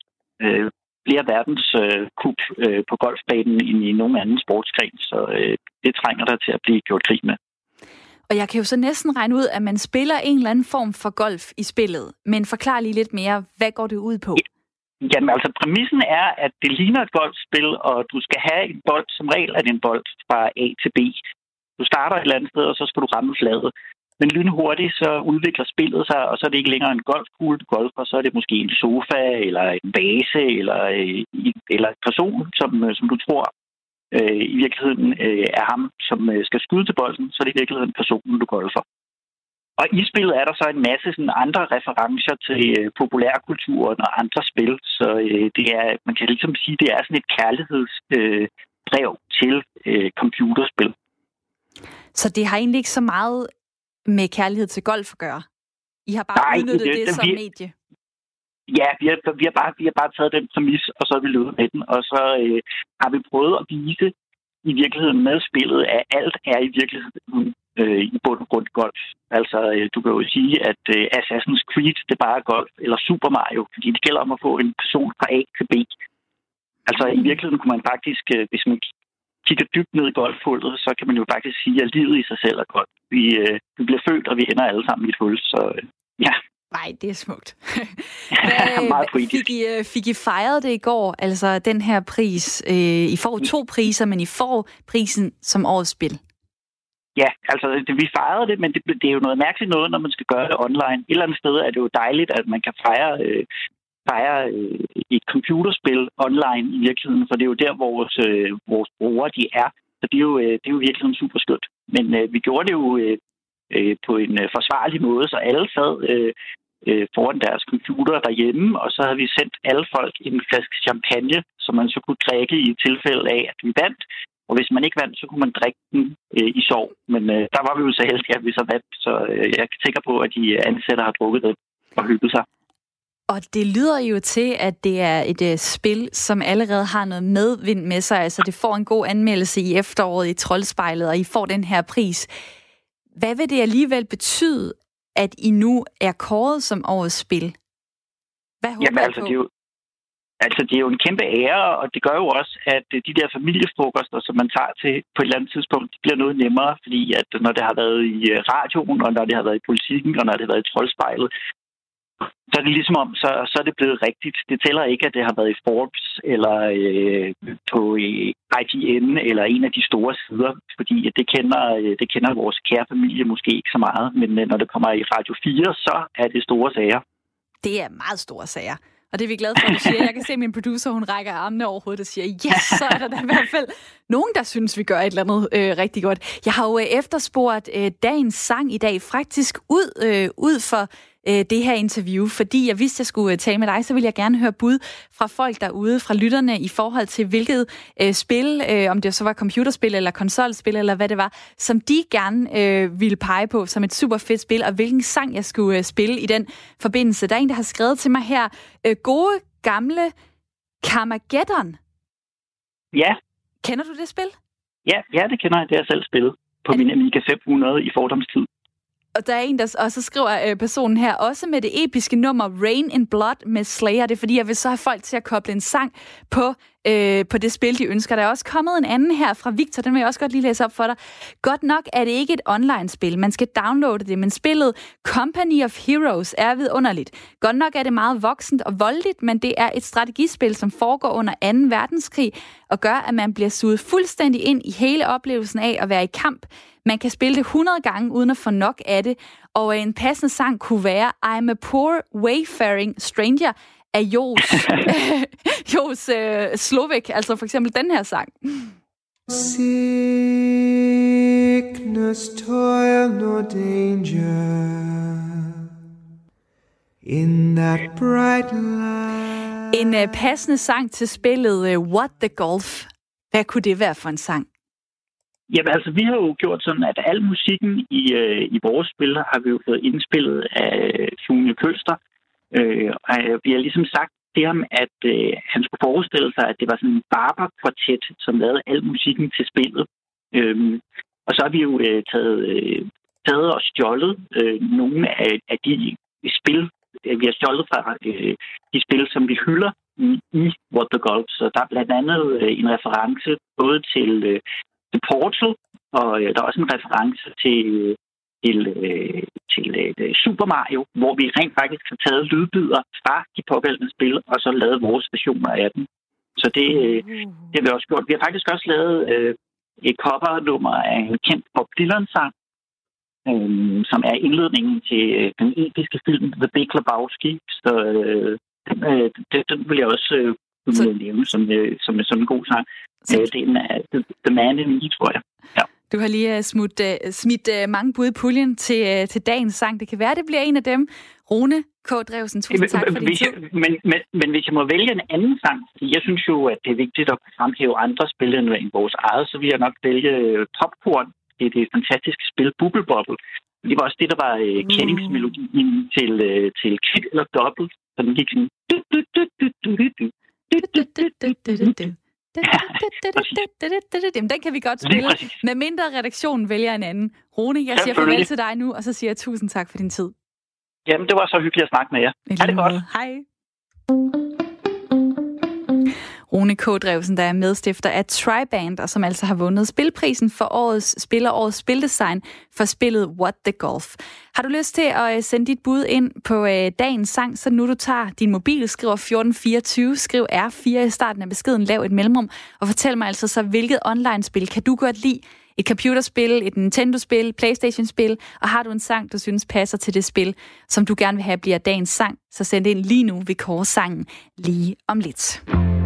flere verdenskup på golfbanen end i nogen anden sportsgren, så det trænger der til at blive gjort grin med. Og jeg kan jo så næsten regne ud, at man spiller en eller anden form for golf i spillet. Men forklar lige lidt mere, hvad går det ud på? Jamen altså, præmissen er, at det ligner et golfspil, og du skal have en bold, som regel er det en bold fra A til B. Du starter et eller andet sted, og så skal du ramme fladet. Men lynhurtigt så udvikler spillet sig, og så er det ikke længere en golfkugle, du golfer, så er det måske en sofa, eller en vase, eller en person, som du tror i virkeligheden er ham, som skal skyde til bolden, så er det i virkeligheden personen, du golfer. Og i spillet er der så en masse sådan andre referencer til populærkulturen og andre spil, så det er, man kan ligesom sige, det er sådan et kærlighedsbrev til computerspil. Så det har egentlig ikke så meget med kærlighed til golf at gøre? I har bare udnyttet det som medie? Ja, vi har bare taget den præmis, og så har vi løbet med den, og så har vi prøvet at vise i virkeligheden med spillet, at alt er i virkeligheden i bund og grund golf. Altså, du kan jo sige, at Assassin's Creed, det bare er golf, eller Super Mario, fordi det gælder om at få en person fra A til B. Altså, i virkeligheden kunne man faktisk, hvis man kigger dybt ned i golfhullet, så kan man jo faktisk sige, at livet i sig selv er golf. Vi bliver født, og vi ender alle sammen i et hul, så ja. Nej, det er smukt. Meget politisk. Fik I fejret det i går, altså den her pris? I får 2 priser, men I får prisen som årets spil. Ja, altså vi fejrede det, men det er jo noget mærkeligt noget, når man skal gøre det online. Et eller andet sted er det jo dejligt, at man kan fejre et computerspil online i virkeligheden, for det er jo der, vores brugere de er. Så det er jo virkelig super skønt. Men vi gjorde det jo på en forsvarlig måde, så alle sad foran deres computer derhjemme, og så havde vi sendt alle folk en flaske champagne, som man så kunne drikke i tilfælde af, at vi vandt. Og hvis man ikke vandt, så kunne man drikke den i sorg. Men der var vi jo så heldige, at vi så vandt, så jeg er sikker på, at de ansatte har drukket det og hygget sig. Og det lyder jo til, at det er et spil, som allerede har noget medvind med sig. Altså, det får en god anmeldelse i efteråret i Troldspejlet, og I får den her pris. Hvad vil det alligevel betyde, at I nu er kåret som årets spil? Hvad håber I på? Det er jo en kæmpe ære, og det gør jo også, at de der familiefrokoster, som man tager til på et eller andet tidspunkt, de bliver noget nemmere, fordi at når det har været i radioen, og når det har været i politikken, og når det har været i Troldspejlet, så er det ligesom om, så er det blevet rigtigt. Det tæller ikke, at det har været i Forbes, eller på IGN, eller en af de store sider, fordi det kender vores kære familie måske ikke så meget, men når det kommer i Radio 4, så er det store sager. Det er meget store sager. Og det er vi glade for, at du siger. Jeg kan se, at min producer, hun rækker armene over hovedet og siger, yes, så er der da i hvert fald nogen, der synes, vi gør et eller andet rigtig godt. Jeg har jo efterspurgt dagens sang i dag faktisk ud for det her interview, fordi jeg vidste, jeg skulle tale med dig, så ville jeg gerne høre bud fra folk derude, fra lytterne, i forhold til hvilket spil, om det så var computerspil eller konsolspil, eller hvad det var, som de gerne ville pege på som et super fedt spil, og hvilken sang jeg skulle spille i den forbindelse. Der er en, der har skrevet til mig her, gode gamle Carmageddon. Ja. Kender du det spil? Ja, det kender jeg. Det har jeg selv spillet på min Amiga 500 i fordomstid. Og der er en, der også skriver personen her, også med det episke nummer Rain in Blood med Slayer. Det er fordi, jeg vil så have folk til at koble en sang på det spil, de ønsker. Der er også kommet en anden her fra Victor, den vil jeg også godt lige læse op for dig. Godt nok er det ikke et online-spil, man skal downloade det, men spillet Company of Heroes er vidunderligt. Godt nok er det meget voksent og voldeligt, men det er et strategispil, som foregår under 2. verdenskrig, og gør, at man bliver suget fuldstændig ind i hele oplevelsen af at være i kamp. Man kan spille det 100 gange, uden at få nok af det. Og en passende sang kunne være I'm a Poor Wayfaring Stranger af Jos Slovik. Altså for eksempel den her sang. Sickness, toil, no danger in that bright light. En passende sang til spillet What the Golf. Hvad kunne det være for en sang? Jamen altså, vi har jo gjort sådan, at al musikken i vores spil har vi jo fået indspillet af Sune Kølster. Og vi har ligesom sagt til ham, at han skulle forestille sig, at det var sådan en barberkvartet, som lavede al musikken til spillet. Og så har vi jo taget og stjålet nogle af de spil, vi har stjålet fra de spil, som vi hylder i What the Golf. Så der er blandt andet en reference både til Portal, og der er også en reference til Super Mario, hvor vi rent faktisk har taget lydbider fra de pågældende spil, og så lavet vores versioner af dem. Så det har vi også gjort. Vi har faktisk også lavet et covernummer af en kendt Bob Dylan-sang, som er indledningen til den episke film The Big Lebowski. Så den vil jeg også vil jeg nævne som en god sang. Den er The Man in Me, tror jeg. Ja. Du har lige smidt mange bud i puljen til dagens sang. Det kan være, det bliver en af dem. Rune K. Drewsen, tusind tak for din tid. Men hvis jeg må vælge en anden sang, jeg synes jo, at det er vigtigt at fremhæve andre spil end vores eget, så vil jeg nok vælge Popcorn. Det er det fantastiske spil Bubble Bobble. Det var også det, der var kendingsmelodien til Kit eller Dobbelt. Så den gik sådan... Den kan vi godt spille, med mindre redaktionen vælger en anden. Rune, jeg siger farvel til dig nu, og så siger jeg tusind tak for din tid. Jamen, det var så hyggeligt at snakke med jer. Ha' det godt. Hej. Rune K. Drewsen, der er medstifter af Triband, og som altså har vundet spilprisen for årets spildesign for spillet What the Golf. Har du lyst til at sende dit bud ind på dagens sang, så nu du tager din mobil, skriver 1424, skriv R4 i starten af beskeden, lav et mellemrum, og fortæl mig altså så, hvilket online-spil kan du godt lide? Et computerspil, et Nintendo-spil, PlayStation-spil, og har du en sang, du synes passer til det spil, som du gerne vil have bliver dagens sang, så send det ind lige nu, vi kårer sangen lige om lidt.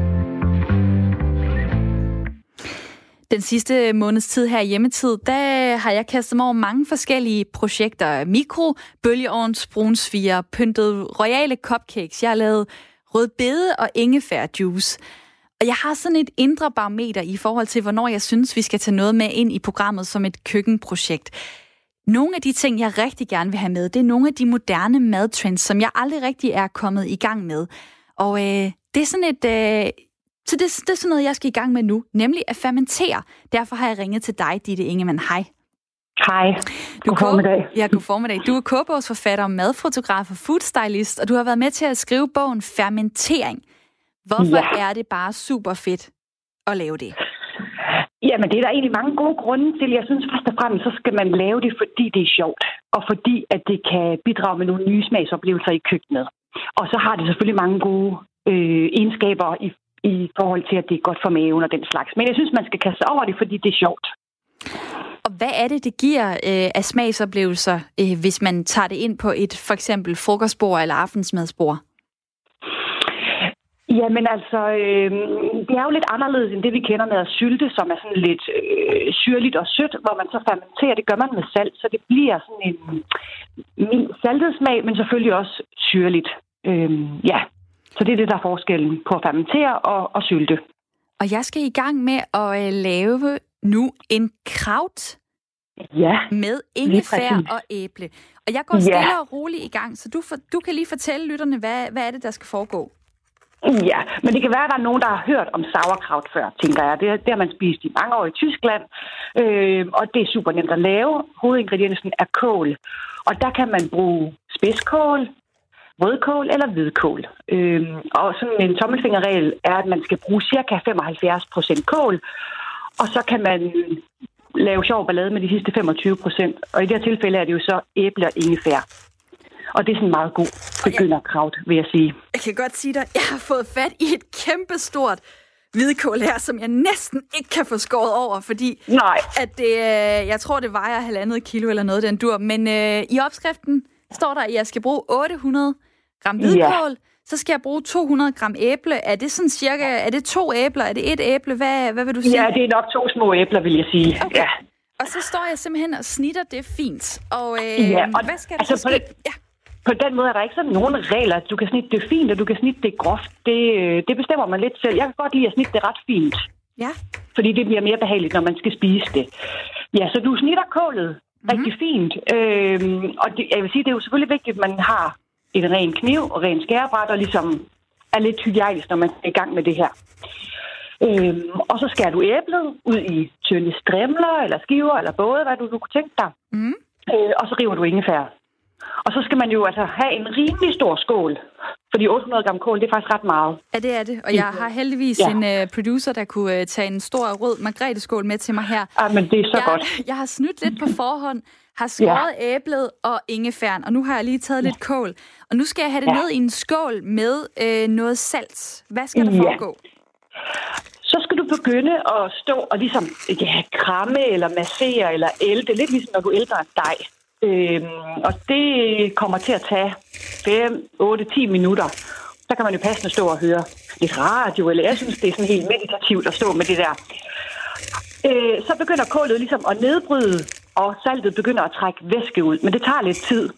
Den sidste måneds tid her i hjemmetid, der har jeg kastet mig over mange forskellige projekter. Mikrobølgeovns brunsviger, pyntet royale cupcakes. Jeg har lavet rødbede og ingefærjuice. Og jeg har sådan et indre barometer i forhold til, hvornår jeg synes, vi skal tage noget med ind i programmet som et køkkenprojekt. Nogle af de ting, jeg rigtig gerne vil have med, det er nogle af de moderne madtrends, som jeg aldrig rigtig er kommet i gang med. Og det er sådan et... Så det er sådan noget, jeg skal i gang med nu, nemlig at fermentere. Derfor har jeg ringet til dig, Ditte Ingemann. Hej. Hej. God formiddag. Ja, god formiddag. Du er kogebogsforfatter, madfotograf og foodstylist, og du har været med til at skrive bogen Fermentering. Hvorfor er det bare super fedt at lave det? Jamen, det er der egentlig mange gode grunde til. Jeg synes først og fremmest, så skal man lave det, fordi det er sjovt, og fordi at det kan bidrage med nogle nye smagsoplevelser i køkkenet. Og så har det selvfølgelig mange gode egenskaber i forhold til, at det er godt for maven og den slags. Men jeg synes, man skal kaste over det, fordi det er sjovt. Og hvad er det giver af smagsoplevelser, hvis man tager det ind på et for eksempel frokostbord eller aftensmadsbord? Jamen altså, det er jo lidt anderledes end det, vi kender med at sylte, som er sådan lidt syrligt og sødt, hvor man så fermenterer. Det gør man med salt, så det bliver sådan en saltet smag, men selvfølgelig også syrligt. Så det er det, der er forskellen på at fermentere og sylte. Og jeg skal i gang med at lave nu en kraut med ingefær og æble. Og jeg går stille og roligt i gang, så du kan lige fortælle lytterne, hvad er det, der skal foregå? Ja, men det kan være, at der er nogen, der har hørt om sauerkraut før, tænker jeg. Det har man spist i mange år i Tyskland, og det er super nemt at lave. Hovedingrediensen er kål, og der kan man bruge spidskål, rødkål eller hvidkål. Og sådan en tommelfingerregel er, at man skal bruge cirka 75% kål, og så kan man lave sjov ballade med de sidste 25%. Og i det her tilfælde er det jo så æble og ingefær. Og det er sådan en meget god begynderkraut, vil jeg sige. Jeg kan godt sige dig, jeg har fået fat i et kæmpestort hvidkål her, som jeg næsten ikke kan få skåret over, fordi at det, jeg tror, det vejer 1,5 kilo eller noget, den dur. Men i opskriften står der, at jeg skal bruge 800 gram hvidkål, så skal jeg bruge 200 gram æble. Er det sådan cirka, er det 2 æbler? Er det 1 æble? Hvad vil du sige? Ja, det er nok 2 små æbler, vil jeg sige. Okay. Ja. Og så står jeg simpelthen og snitter det fint. Og, og hvad skal der så ske? På den måde er der ikke sådan nogen regler. Du kan snitte det fint, og du kan snitte det groft. Det bestemmer man lidt selv. Jeg kan godt lide at snitte det ret fint. Ja. Fordi det bliver mere behageligt, når man skal spise det. Ja, så du snitter kålet rigtig fint. Og jeg vil sige, det er jo selvfølgelig vigtigt, at man har en ren kniv og ren skærebræt, og ligesom er lidt hygiejnisk, når man er i gang med det her. Og så skærer du æblet ud i tynde strimler, eller skiver, eller både, hvad du kunne tænke dig. Og så river du ingefær. Og så skal man jo altså have en rimelig stor skål, fordi 800 gram kål, det er faktisk ret meget. Ja, det er det. Og jeg har heldigvis en producer, der kunne tage en stor rød margrethe-skål med til mig her. Ja, men det er så godt. Jeg har snydt lidt på forhånd, har skåret æblet og ingefæren, og nu har jeg lige taget lidt kål. Og nu skal jeg have det ned i en skål med noget salt. Hvad skal der foregå? Så skal du begynde at stå og ligesom kramme eller massere eller ælte, lidt ligesom når du ælter en dej. Og det kommer til at tage 5, 8, 10 minutter. Så kan man jo passende stå og høre. lidt radio, eller jeg synes, det er sådan helt meditativt at stå med det der. Så begynder kålet ligesom at nedbryde, og saltet begynder at trække væske ud. Men det tager lidt tid.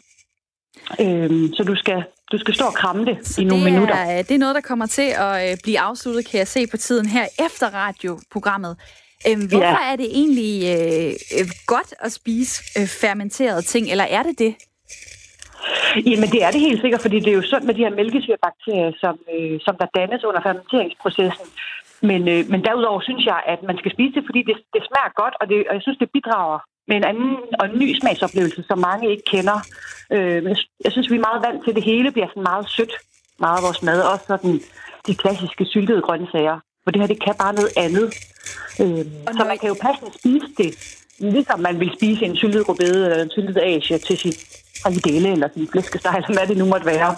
Så du skal stå og kramme det i nogle minutter. Det er noget, der kommer til at blive afsluttet, kan jeg se på tiden her, efter radioprogrammet. Hvorfor er det egentlig godt at spise fermenterede ting, eller er det det? Jamen, det er det helt sikkert, fordi det er jo sundt med de her mælkesyrebakterier, som der dannes under fermenteringsprocessen. Men derudover synes jeg, at man skal spise det, fordi det smager godt, og jeg synes, det bidrager med en anden og en ny smagsoplevelse, som mange ikke kender. Jeg synes, vi er meget vant til, det hele bliver sådan meget sødt, meget af vores mad, også sådan de klassiske syltede grøntsager. For det her, det kan bare noget andet. Så man kan jo passende spise det, ligesom man vil spise en syltet rødbede eller en syltet asie til sin frikadelle eller sin flæskesteg, eller hvad det nu måtte være.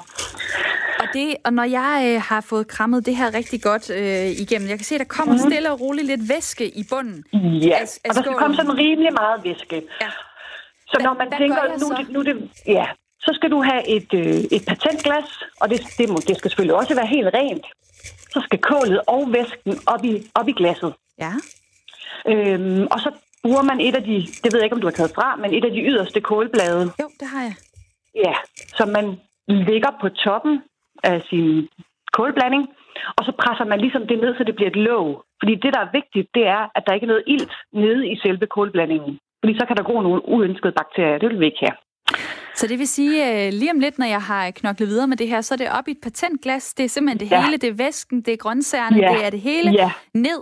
Og når jeg har fået krammet det her rigtig godt igennem, jeg kan se, der kommer stille og roligt lidt væske i bunden. Ja, og der skal komme sådan rimelig meget væske. Ja. Så når man tænker, så skal du have et patentglas, og det skal selvfølgelig også være helt rent. Så skal kålet og væsken op i glasset. Ja. Og så bruger man et af de, det ved jeg ikke, om du har taget fra, men et af de yderste kålblade. Jo, det har jeg. Ja, som man lægger på toppen af sin kålblanding, og så presser man ligesom det ned, så det bliver et låg. Fordi det, der er vigtigt, det er, at der ikke er noget ilt nede i selve kålblandingen. Fordi så kan der gå nogle uønskede bakterier. Det vil vi ikke have. Så det vil sige, lige om lidt, når jeg har knoklet videre med det her, så er det op i et patentglas. Det er simpelthen det hele. Det er væsken, det er grøntsagerne, det er det hele ned.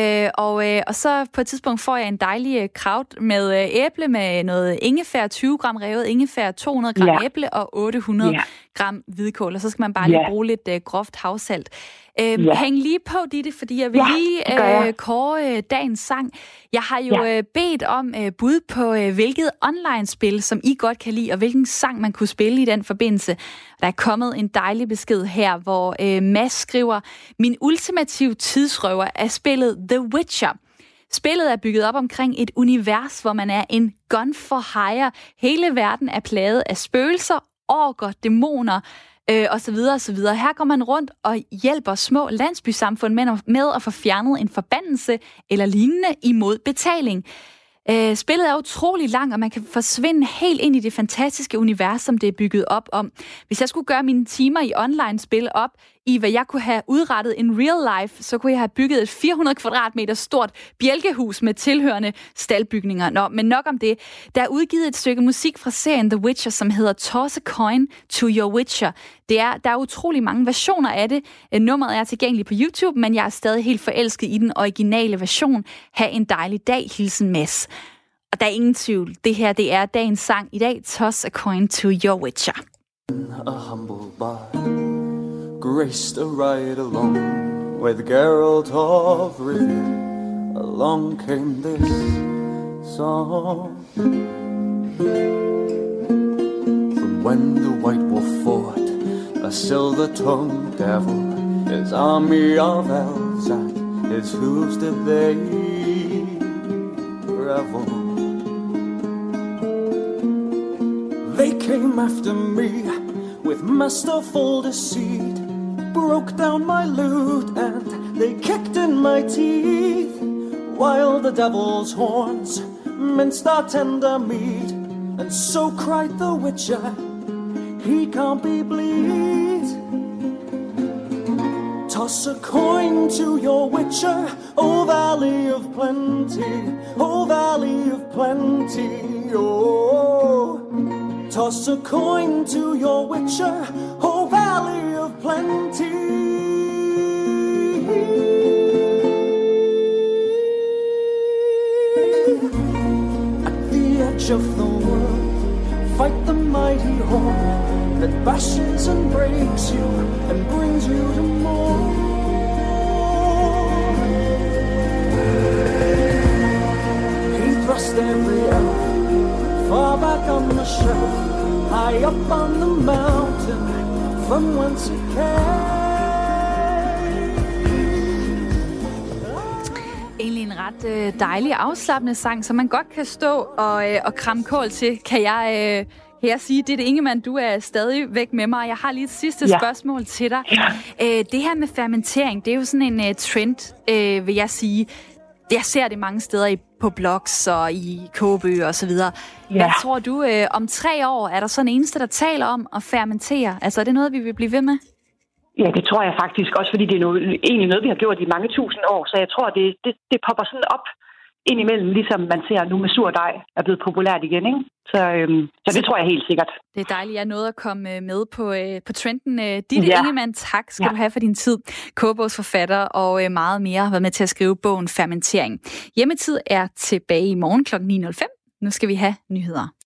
Og så på et tidspunkt får jeg en dejlig kraut med æble med noget ingefær, 20 gram revet ingefær, 200 gram æble og 800 gram hvidkål. Og så skal man bare lige bruge lidt groft havsalt. Hæng lige på, Ditte, fordi jeg vil lige kåre dagens sang. Jeg har jo bedt om bud på, hvilket online-spil, som I godt kan lide, og hvilken sang man kunne spille i den forbindelse. Der er kommet en dejlig besked her, hvor Mads skriver, min ultimative tidsrøver er spillet The Witcher. Spillet er bygget op omkring et univers, hvor man er en gun for hire. Hele verden er plaget af spøgelser, orker, dæmoner, og så videre og så videre. Her går man rundt og hjælper små landsbysamfund med at få fjernet en forbandelse eller lignende imod betaling. Spillet er utrolig langt, og man kan forsvinde helt ind i det fantastiske univers, som det er bygget op om. Hvis jeg skulle gøre mine timer i online-spil op i, hvad jeg kunne have udrettet in real life, så kunne jeg have bygget et 400 kvadratmeter stort bjælkehus med tilhørende staldbygninger. Men nok om det. Der er udgivet et stykke musik fra serien The Witcher, som hedder Toss a Coin to Your Witcher. Der er utrolig mange versioner af det. Nummeret er tilgængeligt på YouTube, men jeg er stadig helt forelsket i den originale version. Ha' en dejlig dag, hilsen Mads. Og der er ingen tvivl. Det her, det er dagens sang i dag. Toss a Coin to Your Witcher. A humble bard graced a ride along with Geralt of Rivia. Along came this song. From when the White Wolf fought a silver-tongued devil, his army of elves at his hooves did they revel. They came after me with masterful deceit, broke down my lute and they kicked in my teeth, while the devil's horns minced our tender meat. And so cried the Witcher, he can't be bleed. Toss a coin to your Witcher, O Valley of Plenty, O Valley of Plenty, oh. Toss a coin to your Witcher, O Valley of Plenty. At the edge of the world, fight the mighty horde that bashes and breaks you and brings you to more. He thrust every elf far back on the shelf, high up on the mountain, from whence it came. Egentlig en ret dejlig afslappende sang, som man godt kan stå og kramme kål til, kan Kan jeg sige, Ditte Ingemann, du er stadig væk med mig. Jeg har lige et sidste spørgsmål til dig. Det her med fermentering, det er jo sådan en trend, vil jeg sige. Jeg ser det mange steder på blogs og i kogebøger og så videre. Hvad tror du, om 3 år, er der sådan en eneste, der taler om at fermentere? Altså, er det noget, vi vil blive ved med? Ja, det tror jeg faktisk også, fordi det er egentlig noget, vi har gjort i mange tusind år. Så jeg tror, det popper sådan op indimellem, ligesom man ser nu med surdej er blevet populært igen, ikke? Så det tror jeg helt sikkert. Det er dejligt, at jeg nåede at komme med på trenden. Ditte Ingemann, tak skal du have for din tid. Kogebogsforfatter og meget mere har været med til at skrive bogen Fermentering. Hjemmetid er tilbage i morgen kl. 9.05. Nu skal vi have nyheder.